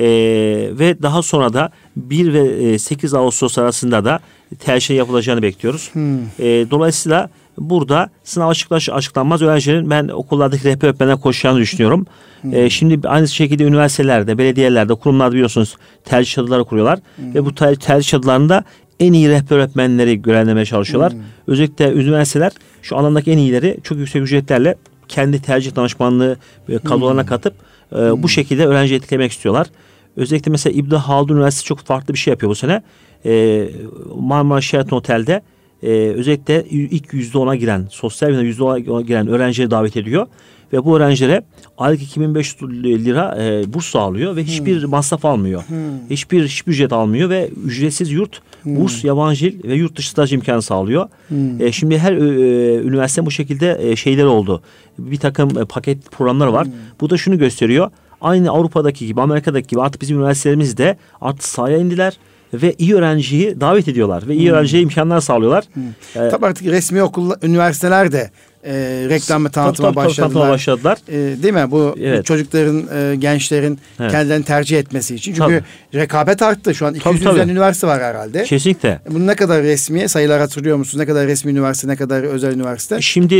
Ve daha sonra da 1 ve 8 Ağustos arasında da tercih yapılacağını bekliyoruz. Dolayısıyla burada sınav açıklanmaz öğrencilerin ben okullardaki rehber öğretmenler koşacağını düşünüyorum. Şimdi aynı şekilde üniversitelerde, belediyelerde, kurumlarda biliyorsunuz tercih çadırları kuruyorlar. Ve bu tercih çadırlarında en iyi rehber öğretmenleri görevlendirmeye çalışıyorlar. Özellikle üniversiteler şu alandaki en iyileri çok yüksek ücretlerle kendi tercih danışmanlığı kadrolarına katıp bu şekilde öğrenci etkilemek istiyorlar. Özellikle mesela İbni Haldun Üniversitesi çok farklı bir şey yapıyor bu sene. Marmara Sheraton Otel'de özellikle ilk %10'a giren, sosyal bina %10'a giren öğrencileri davet ediyor. Ve bu öğrencilere aylık 2.500 lira burs sağlıyor ve hiçbir masraf almıyor. Hiçbir ücret almıyor ve ücretsiz yurt, burs, yabancı dil ve yurt dışı staj imkanı sağlıyor. Şimdi her üniversite bu şekilde şeyler oldu. Bir takım paket programlar var. Bu da şunu gösteriyor. Aynı Avrupa'daki gibi, Amerika'daki gibi artık bizim üniversitelerimiz de artık sahaya indiler. Ve iyi öğrenciyi davet ediyorlar ve iyi öğrenciye imkanlar sağlıyorlar. Tabii artık resmi üniversiteler de reklam ve tanıtıma başladılar. Değil mi? Bu çocukların, gençlerin kendilerini tercih etmesi için. Çünkü rekabet arttı. Şu an 200 üzerinde üniversite var herhalde. Kesinlikle. Bunun ne kadar resmi sayılar hatırlıyor musunuz? Ne kadar resmi üniversite, ne kadar özel üniversite? Şimdi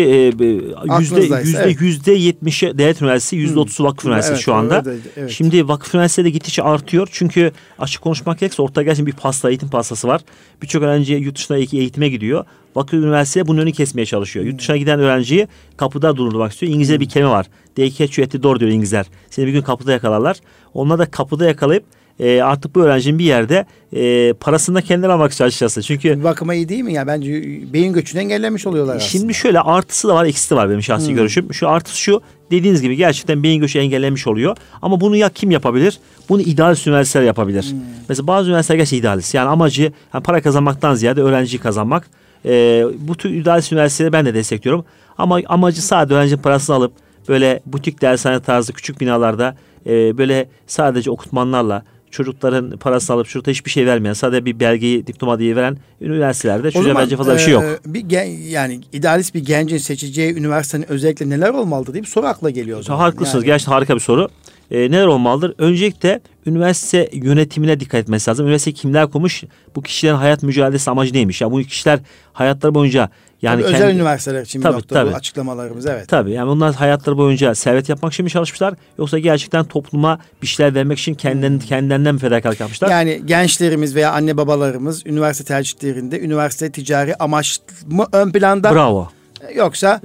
%70'i devlet üniversitesi, %30'u vakıf üniversitesi şu anda. Evet. Şimdi vakıf üniversitesi de gittikçe artıyor. Çünkü açık konuşmak gerekirse ortada gerçekten bir eğitim pastası var. Birçok öğrenci yurt dışına eğitime gidiyor. Vakıf üniversitesi bunun önünü kesmeye çalışıyor. Yurt dışına giden öğrenciyi kapıda durdurmak istiyor. İngilizce bir kelime var. They catch you at the door diyor İngilizler. Seni bir gün kapıda yakalarlar. Onlar da kapıda yakalayıp artık bu öğrencinin bir yerde parasını da kendileri almak istiyor açıkçası. Çünkü bir bakıma iyi değil mi ya? Bence beyin göçünü engellemiş oluyorlar aslında. Şimdi şöyle artısı da var, eksisi de var benim şahsi görüşüm. Şu artısı şu, dediğiniz gibi gerçekten beyin göçü engellenmiş oluyor. Ama bunu kim yapabilir? Bunu idealist üniversiteler yapabilir. Mesela bazı üniversiteler gerçekten idealist. Yani amacı para kazanmaktan ziyade öğrenciyi kazanmak. Bu tür idealist üniversiteleri ben de destekliyorum. Ama amacı sadece öğrencinin parasını alıp böyle butik dershane tarzı küçük binalarda böyle sadece okutmanlarla çocukların parasını alıp çocukta hiçbir şey vermeyen, sadece bir belgeyi, diploma diye veren üniversitelerde çocuğa bence fazla bir şey yok. Yani idealist bir gencin seçeceği üniversitenin özellikle neler olmalıdır diye bir soru akla geliyor o zaman. Haklısınız. Gerçekten harika bir soru. Neler olmalıdır? Öncelikle üniversite yönetimine dikkat etmesi lazım. Üniversiteyi kimler kurmuş? Bu kişilerin hayat mücadelesi amacı neymiş? Yani bu kişiler hayatları boyunca yani özel üniversiteler için bu açıklamalarımız Tabii yani onlar hayatları boyunca servet yapmak için mi çalışmışlar? Yoksa gerçekten topluma bir şeyler vermek için kendilerinden mi fedakarlık yapmışlar? Yani gençlerimiz veya anne babalarımız üniversite tercihlerinde üniversite ticari amaç mı ön planda? Bravo. Yoksa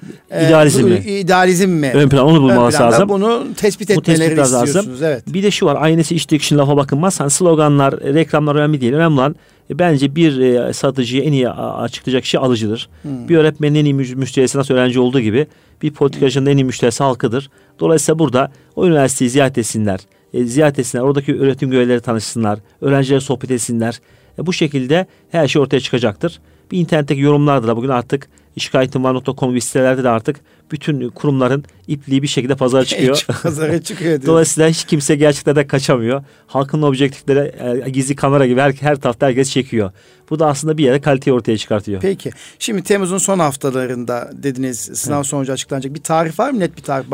idealizm mi? Ön plan, onu bulması lazım. Bunu tespit etmelerini istiyorsunuz. Evet. Bir de şu var, aynısı iş dikişin lafa bakılmaz. Hani sloganlar, reklamlar önemli değil. Önemli olan bence bir satıcıyı en iyi açıklayacak kişi alıcıdır. Bir öğretmenin en iyi müşterisi nasıl öğrenci olduğu gibi bir politikacının en iyi müşterisi halkıdır. Dolayısıyla burada o üniversiteyi ziyaret etsinler. Oradaki öğretim görevlileri tanışsınlar. Öğrencilerle sohbet etsinler. Bu şekilde her şey ortaya çıkacaktır. Bir internetteki yorumlarda da bugün artık şikayetimvar.com gibi sitelerde de artık bütün kurumların ipliği bir şekilde pazara çıkıyor. Pazara çıkıyor. Dolayısıyla hiç kimse gerçekten de kaçamıyor. Halkın objektifleri gizli kamera gibi her tarafta herkes çekiyor. Bu da aslında bir yere kaliteyi ortaya çıkartıyor. Peki. Şimdi Temmuz'un son haftalarında dediniz sınav sonucu açıklanacak. Bir tarih var mı? Net bir tarih.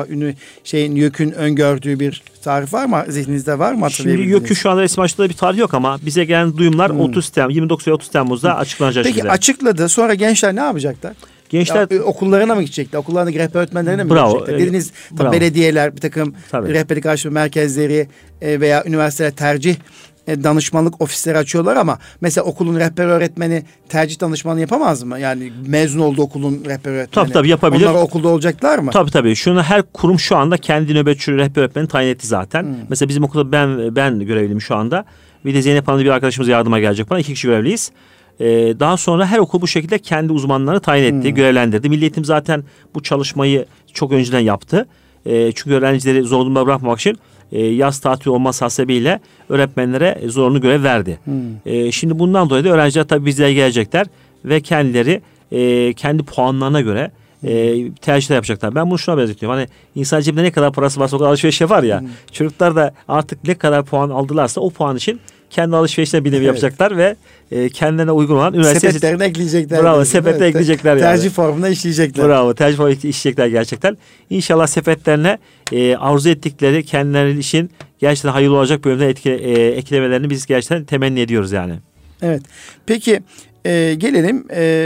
YÖK'ün öngördüğü bir tarih var mı? Zihninizde var mı? Şimdi YÖK'ün şu anda resmi açıkladığı bir tarih yok ama bize gelen duyumlar 29 ve 30 Temmuz'da açıklanacak. Peki açıkladı. Sonra gençler ne yapacaklar? Gençler okullarına mı gidecekler? Okullarındaki rehber öğretmenlerine mi gidecekler? Dediniz belediyeler, bir takım rehberlik araştırma merkezleri veya üniversiteler tercih danışmanlık ofisleri açıyorlar ama mesela okulun rehber öğretmeni tercih danışmanlığı yapamaz mı? Yani mezun olduğu okulun rehber öğretmeni. Tabii yapabilir. Onlar okulda olacaklar mı? Tabii. Şunu her kurum şu anda kendi nöbetçi rehber öğretmeni tayin etti zaten. Mesela bizim okulda ben görevliyim şu anda. Bir de Zeynep Hanım'da bir arkadaşımız yardıma gelecek bana. 2 kişi görevliyiz. Daha sonra her okul bu şekilde kendi uzmanlarını tayin etti, görevlendirdi. Milli Eğitim zaten bu çalışmayı çok önceden yaptı. Çünkü öğrencileri zor durumda bırakmamak için yaz tatili olması hasebiyle öğretmenlere zorunlu görev verdi. Şimdi bundan dolayı da öğrenciler tabii bizlere gelecekler ve kendileri kendi puanlarına göre tercihler yapacaklar. Ben bunu şuna benzetiyorum. Hani insan cebinde ne kadar parası varsa o kadar alışveriş yapar ya. Çocuklar da artık ne kadar puan aldılarsa o puan için kendi alışverişine bir nevi yapacaklar ve kendilerine uygun olan üniversite sepetlerine ekleyecekler. Bravo, sepete ekleyecekler yani. Tercih formuna işleyecekler. Bravo, tercih formuna işleyecekler gerçekten. İnşallah sepetlerine arzu ettikleri kendileri için gerçekten hayırlı olacak bölümden eklemelerini biz gerçekten temenni ediyoruz yani. Evet. Peki gelelim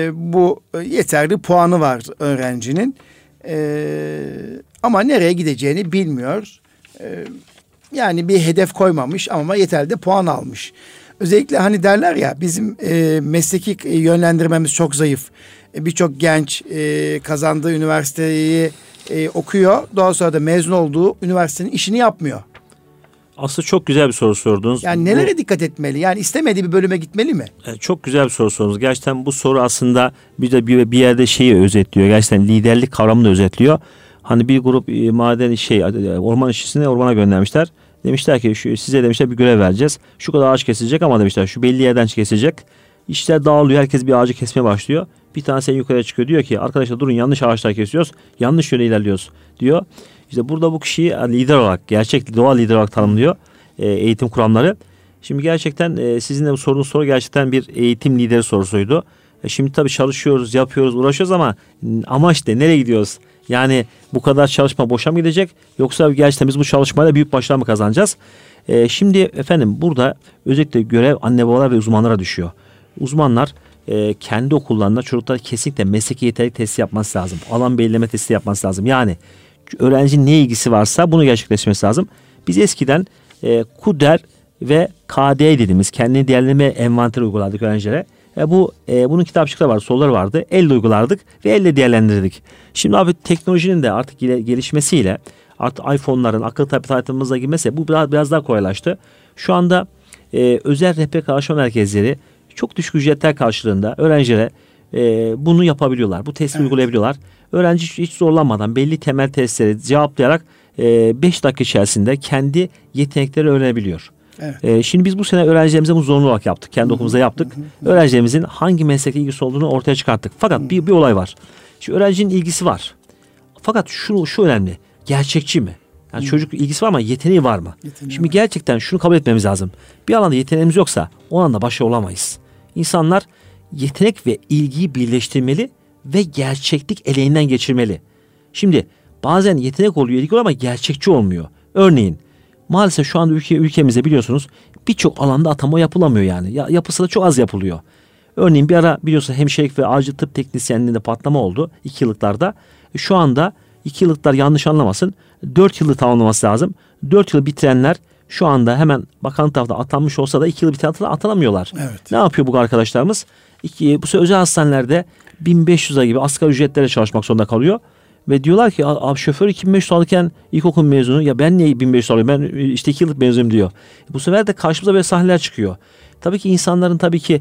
bu yeterli puanı var öğrencinin ama nereye gideceğini bilmiyor. Yani bir hedef koymamış ama yeterli de puan almış. Özellikle hani derler ya bizim mesleki yönlendirmemiz çok zayıf. Birçok genç kazandığı üniversiteyi okuyor. Daha sonra da mezun olduğu üniversitenin işini yapmıyor. Aslında çok güzel bir soru sordunuz. Yani nelere dikkat etmeli? Yani istemediği bir bölüme gitmeli mi? Çok güzel bir soru sordunuz. Gerçekten bu soru aslında bir yerde şeyi özetliyor. Gerçekten liderlik kavramını da özetliyor. Hani bir grup orman işçisini ormana göndermişler. Demişler ki size demişler bir görev vereceğiz. Şu kadar ağaç kesilecek ama demişler şu belli yerden kesilecek. İşler dağılıyor. Herkes bir ağacı kesmeye başlıyor. Bir tanesi en yukarıya çıkıyor. Diyor ki arkadaşlar durun, yanlış ağaçlar kesiyoruz. Yanlış yöne ilerliyoruz diyor. İşte burada bu kişiyi lider olarak, gerçek doğal lider olarak tanımlıyor eğitim kuramları. Şimdi gerçekten sizin de bu sorduğunuz soru gerçekten bir eğitim lideri sorusuydu. Şimdi tabii çalışıyoruz, yapıyoruz, uğraşıyoruz ama amaç ne? Nereye gidiyoruz? Yani bu kadar çalışma boşa mı gidecek? Yoksa gerçekten biz bu çalışmayla büyük başarı mı kazanacağız? Şimdi efendim burada özellikle görev anne babalar ve uzmanlara düşüyor. Uzmanlar kendi okullarında çocuklar kesinlikle mesleki yeterlilik testi yapması lazım. Alan belirleme testi yapması lazım. Yani öğrencinin ne ilgisi varsa bunu gerçekleştirmesi lazım. Biz eskiden KUDER ve KD dediğimiz kendini değerleme envanteri uygulardık öğrencilere. Bunun kitapçıkları vardı, soruları vardı. Elle uygulardık ve elle değerlendirdik. Şimdi abi teknolojinin de artık gelişmesiyle artık iPhone'ların akıllı tablet hayatımıza girmesi bu biraz daha kolaylaştı. Şu anda özel rehber araştırma merkezleri çok düşük ücretler karşılığında öğrencilere bunu yapabiliyorlar. Bu testi uygulayabiliyorlar. Öğrenci hiç zorlanmadan belli temel testleri cevaplayarak 5 dakika içerisinde kendi yetenekleri öğrenebiliyor. Evet. Şimdi biz bu sene öğrencilerimize bu zorunlu olarak yaptık. Kendi okulumuzda yaptık. Öğrencilerimizin hangi meslekle ilgisi olduğunu ortaya çıkarttık. Fakat bir olay var. Şimdi öğrencinin ilgisi var. Fakat şu önemli. Gerçekçi mi? Yani çocuk ilgisi var ama yeteneği var mı? Şimdi gerçekten şunu kabul etmemiz lazım. Bir alanda yeteneğimiz yoksa o alanda başarılı olamayız. İnsanlar yetenek ve ilgiyi birleştirmeli ve gerçeklik eleğinden geçirmeli. Şimdi bazen yetenek oluyor, ilgi oluyor ama gerçekçi olmuyor. Örneğin maalesef şu anda ülkemizde biliyorsunuz birçok alanda atama yapılamıyor yani. Yapısı da çok az yapılıyor. Örneğin bir ara biliyorsunuz hemşirelik ve acil tıp teknisyenliğinde patlama oldu 2 yıllıklarda. Şu anda 2 yıllıklar yanlış anlamasın 4 yılı tamamlaması lazım. 4 yıl bitirenler şu anda hemen bakanlık tarafından atanmış olsa da 2 yıl bitirenler atanamıyorlar. Evet. Ne yapıyor bu arkadaşlarımız? Bu sefer özel hastanelerde 1500 lira gibi asgari ücretlere çalışmak zorunda kalıyor. Ve diyorlar ki abi şoför 2500 alırken ilkokul mezunu ya ben niye 1500 alıyorum ben işte 2 yıllık mezunuyum diyor. Bu sefer de karşımıza böyle sahneler çıkıyor. Tabii ki insanların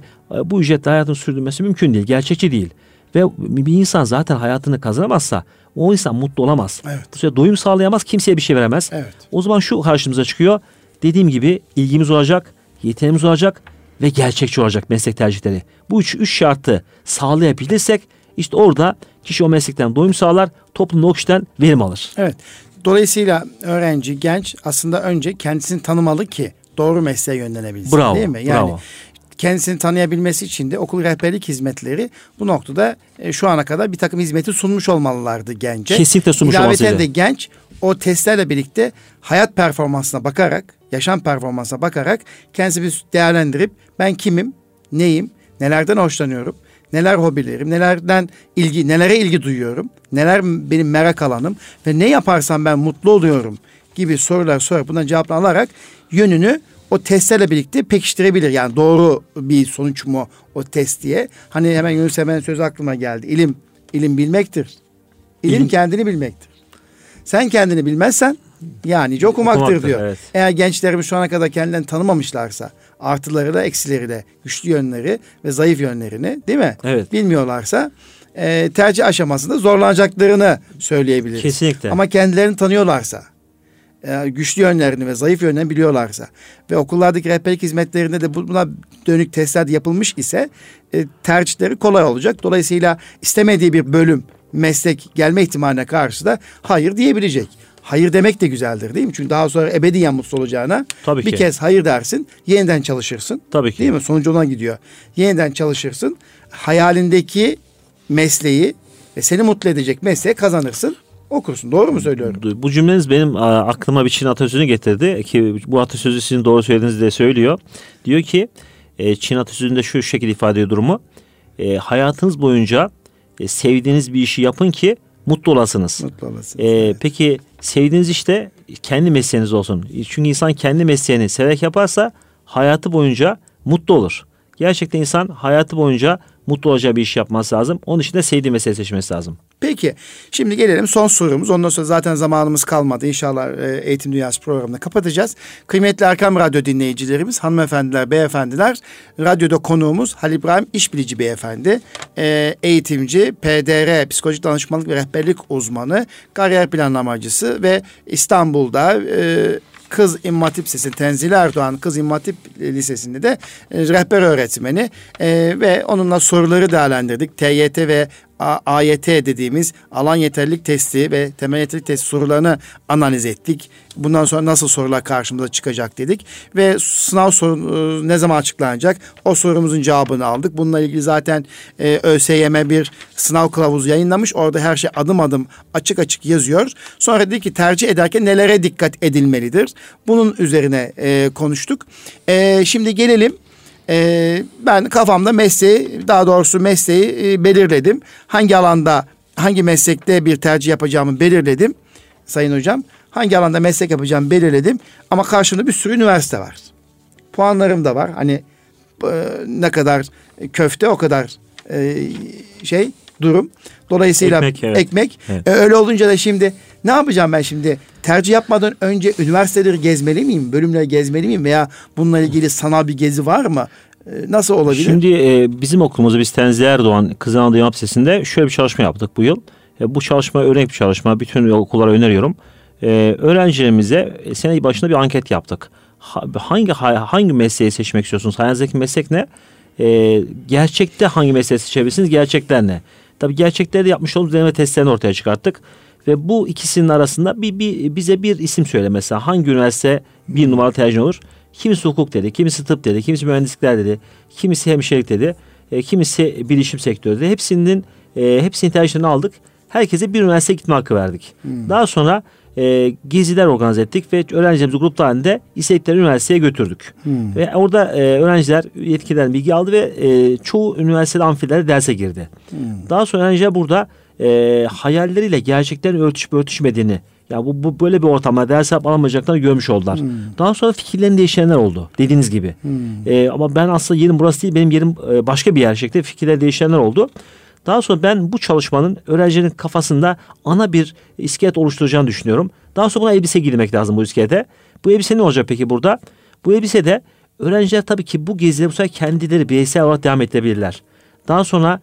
bu ücretle hayatını sürdürmesi mümkün değil, gerçekçi değil. Ve bir insan zaten hayatını kazanamazsa o insan mutlu olamaz. Evet. Bu sefer doyum sağlayamaz, kimseye bir şey veremez. Evet. O zaman şu karşımıza çıkıyor. Dediğim gibi ilgimiz olacak, yeteneğimiz olacak ve gerçekçi olacak meslek tercihleri. Bu üç şartı sağlayabilirsek işte orada kişi o meslekten doyum sağlar, toplumda o kişiden verim alır. Evet. Dolayısıyla öğrenci, genç aslında önce kendisini tanımalı ki doğru mesleğe yönlenebilsin. Bravo, değil mi? Yani bravo. Kendisini tanıyabilmesi için de okul rehberlik hizmetleri bu noktada şu ana kadar bir takım hizmeti sunmuş olmalılardı gence. Kesinlikle sunmuş olmalıydı. İlaveten de genç o testlerle birlikte hayat performansına bakarak, yaşam performansına bakarak kendisi bir değerlendirip ben kimim, neyim, nelerden hoşlanıyorum, neler hobilerim, nelere ilgi duyuyorum, neler benim merak alanım ve ne yaparsam ben mutlu oluyorum gibi sorular sorup buna cevaplar alarak yönünü o testlerle birlikte pekiştirebilir. Yani doğru bir sonuç mu o test diye. Hani hemen Yunus Emre'nin sözü aklıma geldi. İlim bilmektir. İlim kendini bilmektir. Sen kendini bilmezsen yani okumaktır diyor. Evet. Eğer gençlerimiz şu ana kadar kendilerini tanımamışlarsa artıları da eksileri de güçlü yönleri ve zayıf yönlerini değil mi? Evet. Bilmiyorlarsa tercih aşamasında zorlanacaklarını söyleyebiliriz. Kesinlikle. Ama kendilerini tanıyorlarsa güçlü yönlerini ve zayıf yönlerini biliyorlarsa ve okullardaki rehberlik hizmetlerinde de buna dönük testler yapılmış ise tercihleri kolay olacak. Dolayısıyla istemediği bir bölüm, meslek gelme ihtimaline karşı da hayır diyebilecek. Hayır demek de güzeldir değil mi? Çünkü daha sonra ebediyen mutlu olacağına bir kez hayır dersin, yeniden çalışırsın. Tabii ki. Değil mi? Sonucu ona gidiyor. Yeniden çalışırsın. Hayalindeki mesleği ve seni mutlu edecek mesleği kazanırsın. Okursun. Doğru mu söylüyorum? Bu cümleniz benim aklıma bir Çin atasözünü getirdi ki bu atasözü sizin doğru söylediğinizi de söylüyor. Diyor ki Çin atasözünde şu şekilde ifade ediyor durumu. Hayatınız boyunca sevdiğiniz bir işi yapın ki mutlu olasınız. Mutlu olasınız. Evet. Peki sevdiğiniz işte kendi mesleğiniz olsun. Çünkü insan kendi mesleğini severek yaparsa hayatı boyunca mutlu olur. Gerçekten insan hayatı boyunca mutlu olacağı bir iş yapması lazım. Onun için de sevdiği mesleği seçmesi lazım. Peki şimdi gelelim son sorumuz. Ondan sonra zaten zamanımız kalmadı. İnşallah Eğitim Dünyası programını kapatacağız. Kıymetli Erkam Radyo dinleyicilerimiz, hanımefendiler, beyefendiler, radyoda konuğumuz Halil İbrahim İşbilici Beyefendi. Eğitimci, PDR, psikolojik danışmanlık ve rehberlik uzmanı, kariyer planlamacısı ve İstanbul'da Kız İmam Hatip Lisesi, Tenzile Erdoğan Kız İmam Hatip Lisesi'nde de rehber öğretmeni ve onunla soruları değerlendirdik. TYT ve AYT dediğimiz alan yeterlilik testi ve temel yeterlilik testi sorularını analiz ettik. Bundan sonra nasıl sorular karşımıza çıkacak dedik. Ve sınav soru ne zaman açıklanacak? O sorumuzun cevabını aldık. Bununla ilgili zaten ÖSYM bir sınav kılavuzu yayınlamış. Orada her şey adım adım açık açık yazıyor. Sonra dedik ki tercih ederken nelere dikkat edilmelidir? Bunun üzerine konuştuk. Şimdi gelelim. Ben kafamda mesleği belirledim. Hangi alanda, hangi meslekte bir tercih yapacağımı belirledim. Sayın hocam, hangi alanda meslek yapacağımı belirledim. Ama karşımda bir sürü üniversite var. Puanlarım da var. Hani ne kadar köfte o kadar durum. Dolayısıyla ekmek. Evet. Öyle olunca da şimdi ne yapacağım ben şimdi? Tercih yapmadan önce üniversiteleri gezmeli miyim? Bölümleri gezmeli miyim? Veya bununla ilgili sanal bir gezi var mı? Nasıl olabilir? Şimdi bizim okulumuzda biz Tenzile Erdoğan Kız Anadolu İmam Lisesi'nde şöyle bir çalışma yaptık bu yıl. Bu çalışma örnek bir çalışma. Bütün okullara öneriyorum. Öğrencilerimize sene başında bir anket yaptık. Hangi mesleği seçmek istiyorsunuz? Hayalinizdeki meslek ne? Gerçekte hangi mesleği seçebilirsiniz? Gerçekler ne? Tabii gerçeklerde yapmış olduğumuz deneme testlerini ortaya çıkarttık. Ve bu ikisinin arasında bize bir isim söyle mesela. Hangi üniversite bir numara tercih olur? Kimisi hukuk dedi, kimisi tıp dedi, kimisi mühendislikler dedi, kimisi hemşirelik dedi, kimisi bilişim sektörü dedi. Hepsinin tercihlerini aldık. Herkese bir üniversiteye gitme hakkı verdik. Daha sonra geziler organize ettik ve öğrencilerimizi gruplar halinde istedikleri üniversiteye götürdük. Ve orada öğrenciler yetkililerden bilgi aldı ve çoğu üniversitede amfilerde derse girdi. Daha sonra öğrenciler burada hayalleriyle gerçeklerin örtüşüp örtüşmediğini, ya bu böyle bir ortamda ders alamayacaklarını görmüş oldular. Daha sonra fikirlerini değişenler oldu dediğiniz gibi. Ama ben aslında yerim burası değil, benim yerim başka bir yer şeklinde fikirler değişenler oldu. Daha sonra ben bu çalışmanın öğrencilerin kafasında ana bir iskelet oluşturacağını düşünüyorum. Daha sonra buna elbise giymek lazım bu iskelete. Bu elbise ne olacak peki burada? Bu elbisede öğrenciler tabii ki bu gezileri bu sefer kendileri bireysel olarak devam edebilirler. Daha sonra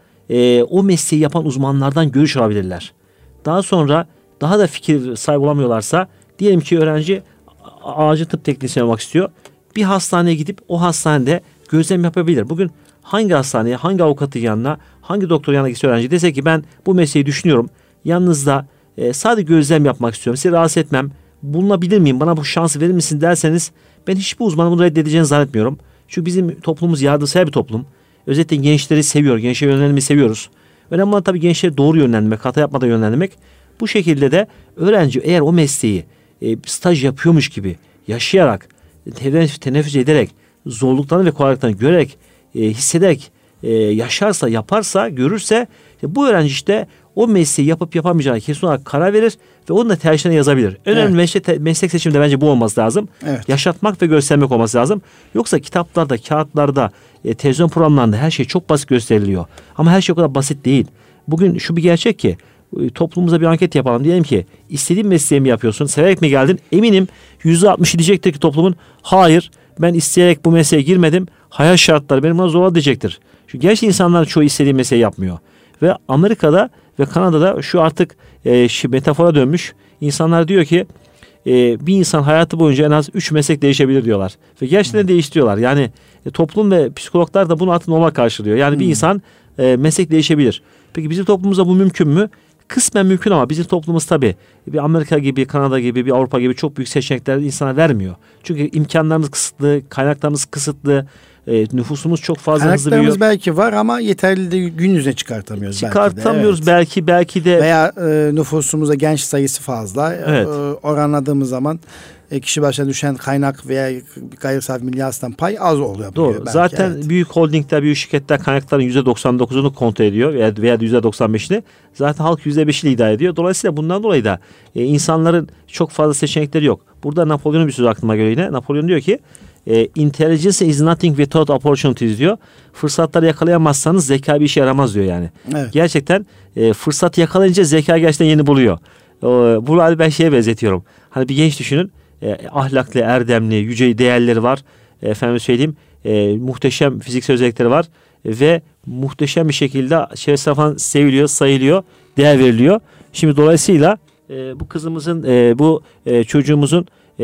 o mesleği yapan uzmanlardan görüş alabilirler. Daha sonra daha da fikir sahibi olamıyorlarsa, diyelim ki öğrenci acil tıp teknisyeni olmak istiyor. Bir hastaneye gidip o hastanede gözlem yapabilir. Bugün hangi hastaneye, hangi avukatın yanına, hangi doktorun yanına gitse öğrenci dese ki ben bu mesleği düşünüyorum. Yalnız da sadece gözlem yapmak istiyorum. Sizi rahatsız etmem. Bulunabilir miyim? Bana bu şansı verir misin derseniz ben hiçbir uzmanın bunu reddedeceğini zannetmiyorum. Çünkü bizim toplumumuz yardımsever bir toplum. Özellikle gençleri seviyor. Gençlere yönlenmeyi seviyoruz. Önemli olan tabii gençleri doğru yönlendirmek, hata yapmadan yönlendirmek. Bu şekilde de öğrenci eğer o mesleği staj yapıyormuş gibi yaşayarak, teneffüs ederek, zorluklarını ve kolaylıklarını görerek, hissederek yaşarsa, yaparsa, görürse bu öğrenci işte o mesleği yapıp yapamayacağını kesin olarak karar verir ve onun da tercihlerine yazabilir. Önemli meslek seçiminde bence bu olması lazım. Evet. Yaşatmak ve göstermek olması lazım. Yoksa kitaplarda, kağıtlarda, televizyon programlarında her şey çok basit gösteriliyor. Ama her şey o kadar basit değil. Bugün şu bir gerçek ki toplumumuza bir anket yapalım. Diyelim ki istediğin mesleği mi yapıyorsun? Severek mi geldin? Eminim %60'ı diyecektir ki toplumun hayır ben isteyerek bu mesleğe girmedim. Hayat şartları benim buna zorla diyecektir. Çünkü gerçi insanlar çoğu istediği mesleği yapmıyor. Ve Amerika'da ve Kanada'da şu artık metafora dönmüş. İnsanlar diyor ki bir insan hayatı boyunca en az 3 meslek değişebilir diyorlar. Ve gerçekten değiştiriyorlar. Yani toplum ve psikologlar da bunu artık normal karşılıyor. Yani bir insan meslek değişebilir. Peki bizim toplumumuzda bu mümkün mü? Kısmen mümkün ama bizim toplumumuz tabii bir Amerika gibi, Kanada gibi, bir Avrupa gibi çok büyük seçenekler insana vermiyor. Çünkü imkanlarımız kısıtlı, kaynaklarımız kısıtlı, nüfusumuz çok fazla hızlı büyüyor. Kaynaklarımız belki var ama yeterli de gün yüzüne çıkartamıyoruz. Çıkartamıyoruz belki de, belki de. Veya nüfusumuzda genç sayısı fazla. Evet. Oranladığımız zaman kişi başına düşen kaynak veya gayri safi milli hasıladan pay az oluyor. Doğru. Zaten büyük holdingler, büyük şirketler kaynakların %99'unu kontrol ediyor veya %95'ini. Zaten halk %5'ini idare ediyor. Dolayısıyla bundan dolayı da insanların çok fazla seçenekleri yok. Burada Napolyon'un bir sözü aklıma geliyor yine. Napolyon diyor ki Intelligence is nothing without opportunities diyor. Fırsatları yakalayamazsanız zeka bir işe yaramaz diyor yani. Evet. Gerçekten fırsatı yakalayınca zeka gerçekten yeni buluyor. Bunu ben şeye benzetiyorum. Hani bir genç düşünün. Ahlaklı, erdemli, yüce değerleri var. Efendim söyleyeyim. Muhteşem fiziksel özellikleri var. Ve muhteşem bir şekilde çevresi seviliyor, sayılıyor, değer veriliyor. Şimdi dolayısıyla bu kızımızın, bu çocuğumuzun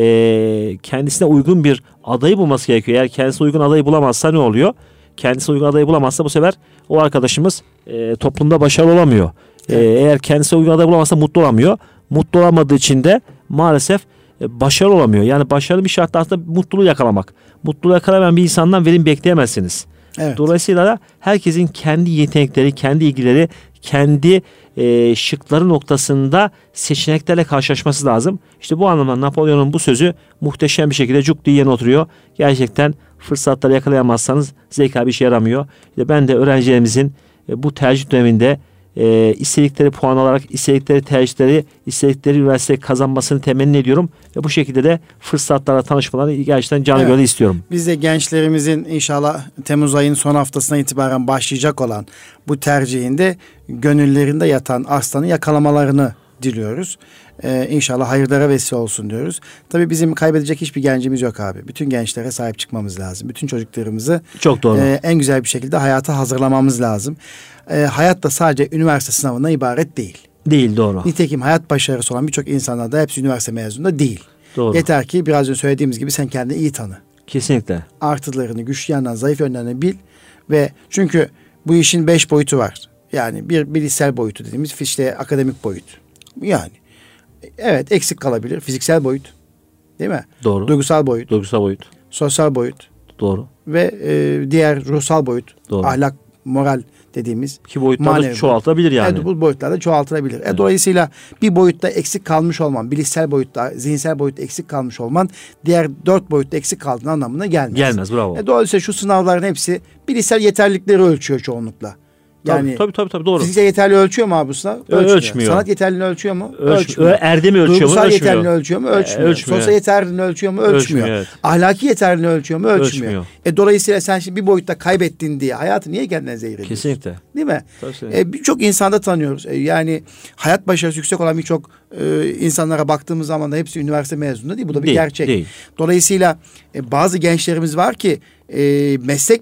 kendisine uygun bir adayı bulması gerekiyor. Eğer kendisine uygun adayı bulamazsa ne oluyor? Kendisine uygun adayı bulamazsa bu sefer o arkadaşımız toplumda başarılı olamıyor. Eğer kendisine uygun adayı bulamazsa mutlu olamıyor. Mutlu olamadığı için de maalesef başarılı olamıyor. Yani başarılı bir şartta aslında mutluluğu yakalamak. Mutluluğu yakalamayan bir insandan verim bekleyemezsiniz. Evet. Dolayısıyla da herkesin kendi yetenekleri, kendi ilgileri, kendi şıkları noktasında seçeneklerle karşılaşması lazım. İşte bu anlamda Napolyon'un bu sözü muhteşem bir şekilde cuk diye yerine oturuyor. Gerçekten fırsatları yakalayamazsanız zeka bir işe yaramıyor. Ben de öğrencilerimizin bu tercih döneminde istedikleri puan alarak, istedikleri tercihleri, istedikleri üniversite kazanmasını temenni ediyorum. Ve bu şekilde de fırsatlarla tanışmalarını gerçekten canı gönülden istiyorum. Biz de gençlerimizin inşallah Temmuz ayının son haftasına itibaren başlayacak olan bu tercihinde gönüllerinde yatan aslanı yakalamalarını diliyoruz. İnşallah hayırlara vesile olsun diyoruz. Tabii bizim kaybedecek hiçbir gencimiz yok abi. Bütün gençlere sahip çıkmamız lazım. Bütün çocuklarımızı çok doğru. En güzel bir şekilde hayata hazırlamamız lazım. Hayat da sadece üniversite sınavından ibaret değil. Değil, doğru. Nitekim hayat başarısı olan birçok insanlar da hepsi üniversite mezunu değil. Doğru. Yeter ki biraz önce söylediğimiz gibi sen kendini iyi tanı. Kesinlikle. Artılarını, güçlü yanlarını, zayıf yönlerini bil ve çünkü bu işin 5 boyutu var. Yani bir bilişsel boyutu dediğimiz işte akademik boyut. Yani evet eksik kalabilir. Fiziksel boyut. Değil mi? Doğru. Duygusal boyut. Duygusal boyut. Sosyal boyut. Doğru. Ve diğer ruhsal boyut. Doğru. Ahlak, moral dediğimiz. Ki boyutlarda çoğaltabilir yani. Evet, bu boyutlarda çoğaltılabilir. Evet. Dolayısıyla bir boyutta eksik kalmış olman, bilişsel boyutta, zihinsel boyutta eksik kalmış olman diğer 4 boyutta eksik kaldığın anlamına gelmez. Gelmez, bravo. Dolayısıyla şu sınavların hepsi bilişsel yeterlilikleri ölçüyor çoğunlukla. Yani tabii doğru. Fiziksel yeterliliği ölçüyor mu abi bu sınav? Ölçmüyor. Sanat yeterliliğini ölçüyor mu? Ölçmüyor. Erdemi ölçüyor mu? Duygusal yeterliliğini ölçüyor mu? Ölçmüyor. Sosyal yeterliliğini ölçüyor mu? Ölçmüyor. Evet. Ahlaki yeterliliğini ölçüyor mu? Ölçmüyor. Dolayısıyla sen şimdi bir boyutta kaybettin diye hayatı niye kendine zehir ediyorsun? Kesinlikle. Değil mi? Birçok insanda tanıyoruz. Yani hayat başarısı yüksek olan birçok insanlara baktığımız zaman da hepsi üniversite mezunu değil. Bu da bir gerçek. Değil. Dolayısıyla bazı gençlerimiz var ki meslek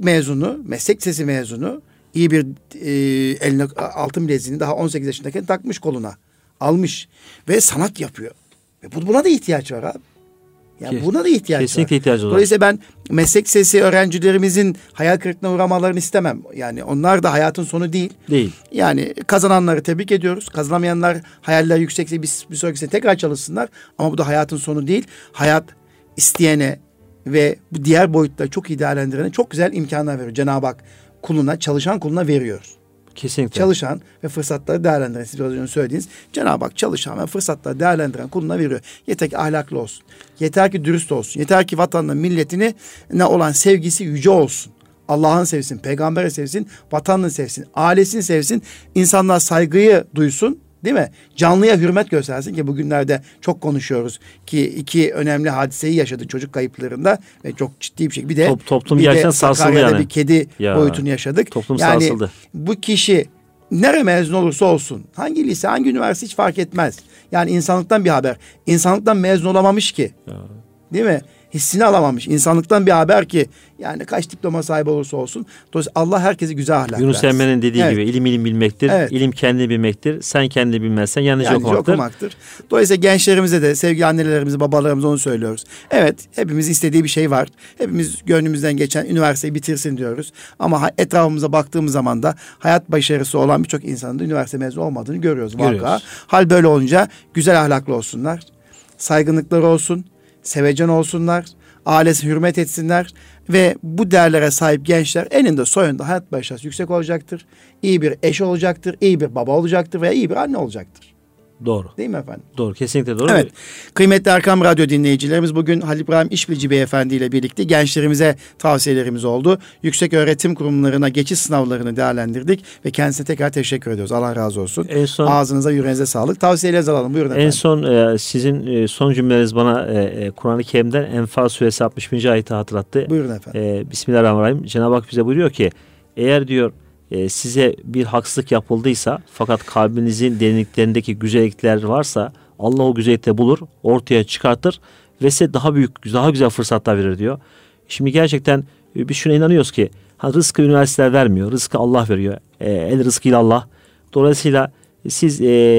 lisesi mezunu iyi bir eline altın bileziğini daha 18 yaşındayken takmış koluna. Almış. Ve sanat yapıyor. Ve buna da ihtiyaç var abi. Yani buna da ihtiyaç var. Kesinlikle ihtiyacı var. Dolayısıyla ben meslek lisesi öğrencilerimizin hayal kırıklığına uğramalarını istemem. Yani onlar da hayatın sonu değil. Değil. Yani kazananları tebrik ediyoruz. Kazanamayanlar hayaller yüksekse bir sonraki sene tekrar çalışsınlar. Ama bu da hayatın sonu değil. Hayat isteyene ve bu diğer boyutta çok iyi değerlendirene çok güzel imkanlar veriyor. Cenab-ı Hak çalışan kuluna veriyor. Kesinlikle. Çalışan ve fırsatları değerlendiren, siz biraz önce söylediğiniz Cenab-ı Hak çalışan ve fırsatları değerlendiren kuluna veriyor. Yeter ki ahlaklı olsun. Yeter ki dürüst olsun. Yeter ki vatanına, milletine ne olan sevgisi yüce olsun. Allah'ın sevsin, peygamberi sevsin, vatanını sevsin, ailesini sevsin, insanlar saygıyı duysun. Değil mi? Canlıya hürmet göstersin ki bugünlerde çok konuşuyoruz ki 2 önemli hadiseyi yaşadı çocuk kayıplarında ve çok ciddi bir şekilde. Bir de toplum gerçekten sarsıldı yani. Bir kedi boyutunu yaşadık. Toplum yani sarsıldı. Bu kişi nere mezun olursa olsun, hangi lise, hangi üniversite hiç fark etmez. Yani insanlıktan bir haber. İnsanlıktan mezun olamamış ki. Ya. Değil mi? Hissini alamamış. İnsanlıktan bir haber ki yani kaç diploma sahibi olursa olsun. Dolayısıyla Allah herkese güzel ahlak versin. Yunus Emre'nin dediği gibi ilim bilmektir. Evet. İlim kendini bilmektir. Sen kendini bilmezsen yalnızca okumaktır. Dolayısıyla gençlerimize de sevgili annelerimize, babalarımıza onu söylüyoruz. Evet, hepimiz istediği bir şey var. Hepimiz gönlümüzden geçen üniversiteyi bitirsin diyoruz. Ama etrafımıza baktığımız zaman da hayat başarısı olan birçok insanın da üniversite mezunu olmadığını görüyoruz. Hal böyle olunca güzel ahlaklı olsunlar. Saygınlıkları olsun. Sevecen olsunlar, ailesi hürmet etsinler ve bu değerlere sahip gençler eninde soyunda hayat başarısı yüksek olacaktır. İyi bir eş olacaktır, iyi bir baba olacaktır veya iyi bir anne olacaktır. Doğru. Değil mi efendim? Doğru, kesinlikle doğru. Evet. Kıymetli Erkam Radyo dinleyicilerimiz, bugün Halil İbrahim İşbilici Beyefendi ile birlikte gençlerimize tavsiyelerimiz oldu. Yüksek öğretim kurumlarına geçiş sınavlarını değerlendirdik ve kendisine tekrar teşekkür ediyoruz. Allah razı olsun. Ağzınıza, yüreğinize sağlık. Tavsiyelerinizi alalım. Buyurun efendim. En son sizin son cümleleriniz bana Kur'an-ı Kerim'den Enfal Suresi 60. ayeti hatırlattı. Buyurun efendim. Bismillahirrahmanirrahim. Cenab-ı Hak bize buyuruyor ki, eğer diyor size bir haksızlık yapıldıysa fakat kalbinizin derinliklerindeki güzellikler varsa Allah o güzellikleri bulur, ortaya çıkartır ve size daha büyük, daha güzel fırsatlar verir diyor. Şimdi gerçekten biz şuna inanıyoruz ki rızkı üniversiteler vermiyor, rızkı Allah veriyor. El rızkıyla Allah. Dolayısıyla siz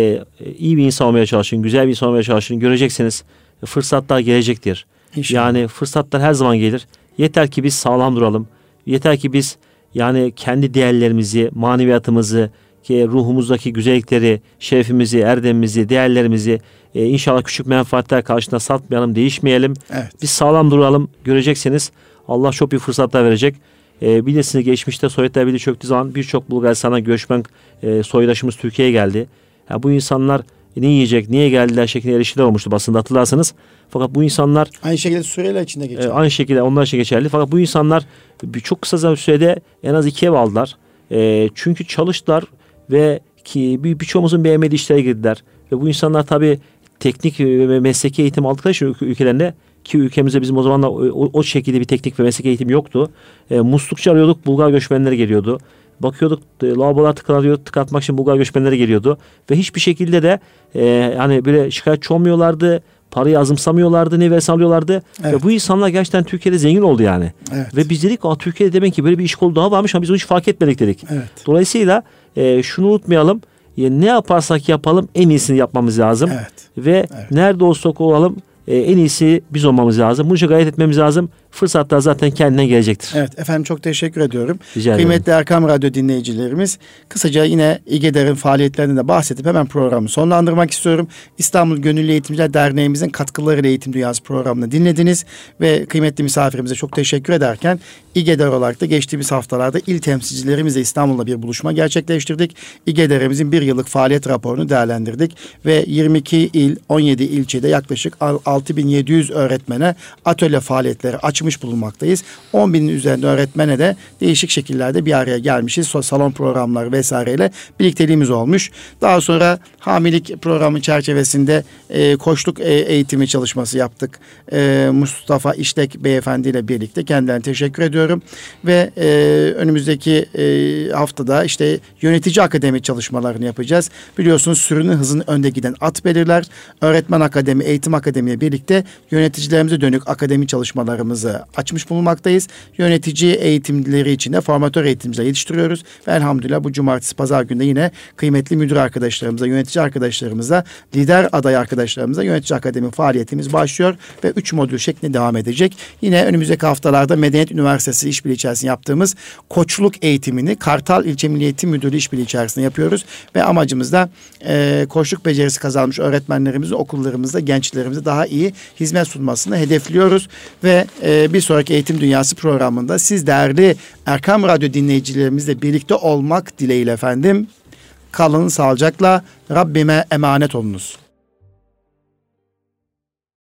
iyi bir insan olmaya çalışın, güzel bir insan olmaya çalışın, göreceksiniz fırsatlar gelecektir. İnşallah. Yani fırsatlar her zaman gelir. Yeter ki biz sağlam duralım. Yeter ki biz yani kendi değerlerimizi, maneviyatımızı, ruhumuzdaki güzellikleri, şerefimizi, erdemimizi, değerlerimizi inşallah küçük menfaatler karşısında satmayalım, değişmeyelim. Evet. Biz sağlam duralım, göreceksiniz. Allah çok büyük fırsatlar verecek. Bilirsiniz geçmişte Sovyetler Birliği çöktüğü zaman birçok Bulgaristan'dan göçmen soydaşımız Türkiye'ye geldi. Yani bu insanlar ne yiyecek, niye geldiler şeklinde eleştiriler olmuştu basında, hatırlarsanız. Fakat bu insanlar... Aynı şekilde Suriyeliler içinde geçerli. Aynı şekilde onlar için geçerli. Fakat bu insanlar çok kısa bir sürede en az 2 ev aldılar. Çünkü çalıştılar ve birçoğumuzun beğenmediği işlere girdiler. Ve bu insanlar tabii teknik ve mesleki eğitim aldıkları için ülkelerinde, ki ülkemizde bizim o zamanlar o şekilde bir teknik ve mesleki eğitim yoktu. Muslukçu arıyorduk, Bulgar göçmenleri geliyordu. Bakıyorduk lavabolar tıkanıyordu, tıkatmak için Bulgar göçmenleri geliyordu. Ve hiçbir şekilde de yani böyle şikayetçi olmuyorlardı. Parayı azımsamıyorlardı, ne vesaire alıyorlardı. Evet. Ve bu insanlar gerçekten Türkiye'de zengin oldu yani. Evet. Ve biz dedik Türkiye'de demek ki böyle bir iş kolu daha varmış ama biz onu hiç fark etmedik dedik. Evet. Dolayısıyla şunu unutmayalım. Ne yaparsak yapalım en iyisini yapmamız lazım. Evet. Ve nerede olsak olalım en iyisi biz olmamız lazım. Bunun için gayret etmemiz lazım. Fırsatlar zaten kendinden gelecektir. Evet efendim, çok teşekkür ediyorum. Rica ederim. Kıymetli Erkam Radyo dinleyicilerimiz, kısaca yine İGEDER'in faaliyetlerinden de bahsedip hemen programı sonlandırmak istiyorum. İstanbul Gönüllü Eğitimciler Derneğimizin katkılarıyla Eğitim Dünyası programını dinlediniz ve kıymetli misafirimize çok teşekkür ederken İGEDER olarak da geçtiğimiz haftalarda il temsilcilerimizle İstanbul'da bir buluşma gerçekleştirdik. İGEDER'imizin bir yıllık faaliyet raporunu değerlendirdik ve 22 il, 17 ilçede yaklaşık 6700 öğretmene atölye faaliyetleri açmış bulunmaktayız. 10.000'in üzerinde öğretmene de değişik şekillerde bir araya gelmişiz. Salon programları vesaireyle birlikteliğimiz olmuş. Daha sonra hamilelik programı çerçevesinde koçluk eğitimi çalışması yaptık. Mustafa İşlek Beyefendi ile birlikte kendilerine teşekkür ediyorum. Ve önümüzdeki haftada işte yönetici akademi çalışmalarını yapacağız. Biliyorsunuz sürünün hızını önde giden at belirler. Öğretmen akademi, eğitim akademiye birlikte yöneticilerimize dönük akademi çalışmalarımızı açmış bulunmaktayız. Yönetici eğitimleri için de formatör eğitimciler yetiştiriyoruz. Ve elhamdülillah bu cumartesi pazar günde yine kıymetli müdür arkadaşlarımıza, yönetici arkadaşlarımıza, lider aday arkadaşlarımıza yönetici akademi faaliyetimiz başlıyor ve 3 modül şeklinde devam edecek. Yine önümüzdeki haftalarda Medeniyet Üniversitesi işbirliği içerisinde yaptığımız koçluk eğitimini Kartal İlçe Milli Eğitim Müdürlüğü işbirliği içerisinde yapıyoruz ve amacımız da koçluk becerisi kazanmış öğretmenlerimizi okullarımızda gençlerimize daha iyi hizmet sunmasını hedefliyoruz ve bir sonraki Eğitim Dünyası programında siz değerli Erkam Radyo dinleyicilerimizle birlikte olmak dileğiyle efendim. Kalın sağlıcakla, Rabbime emanet olunuz.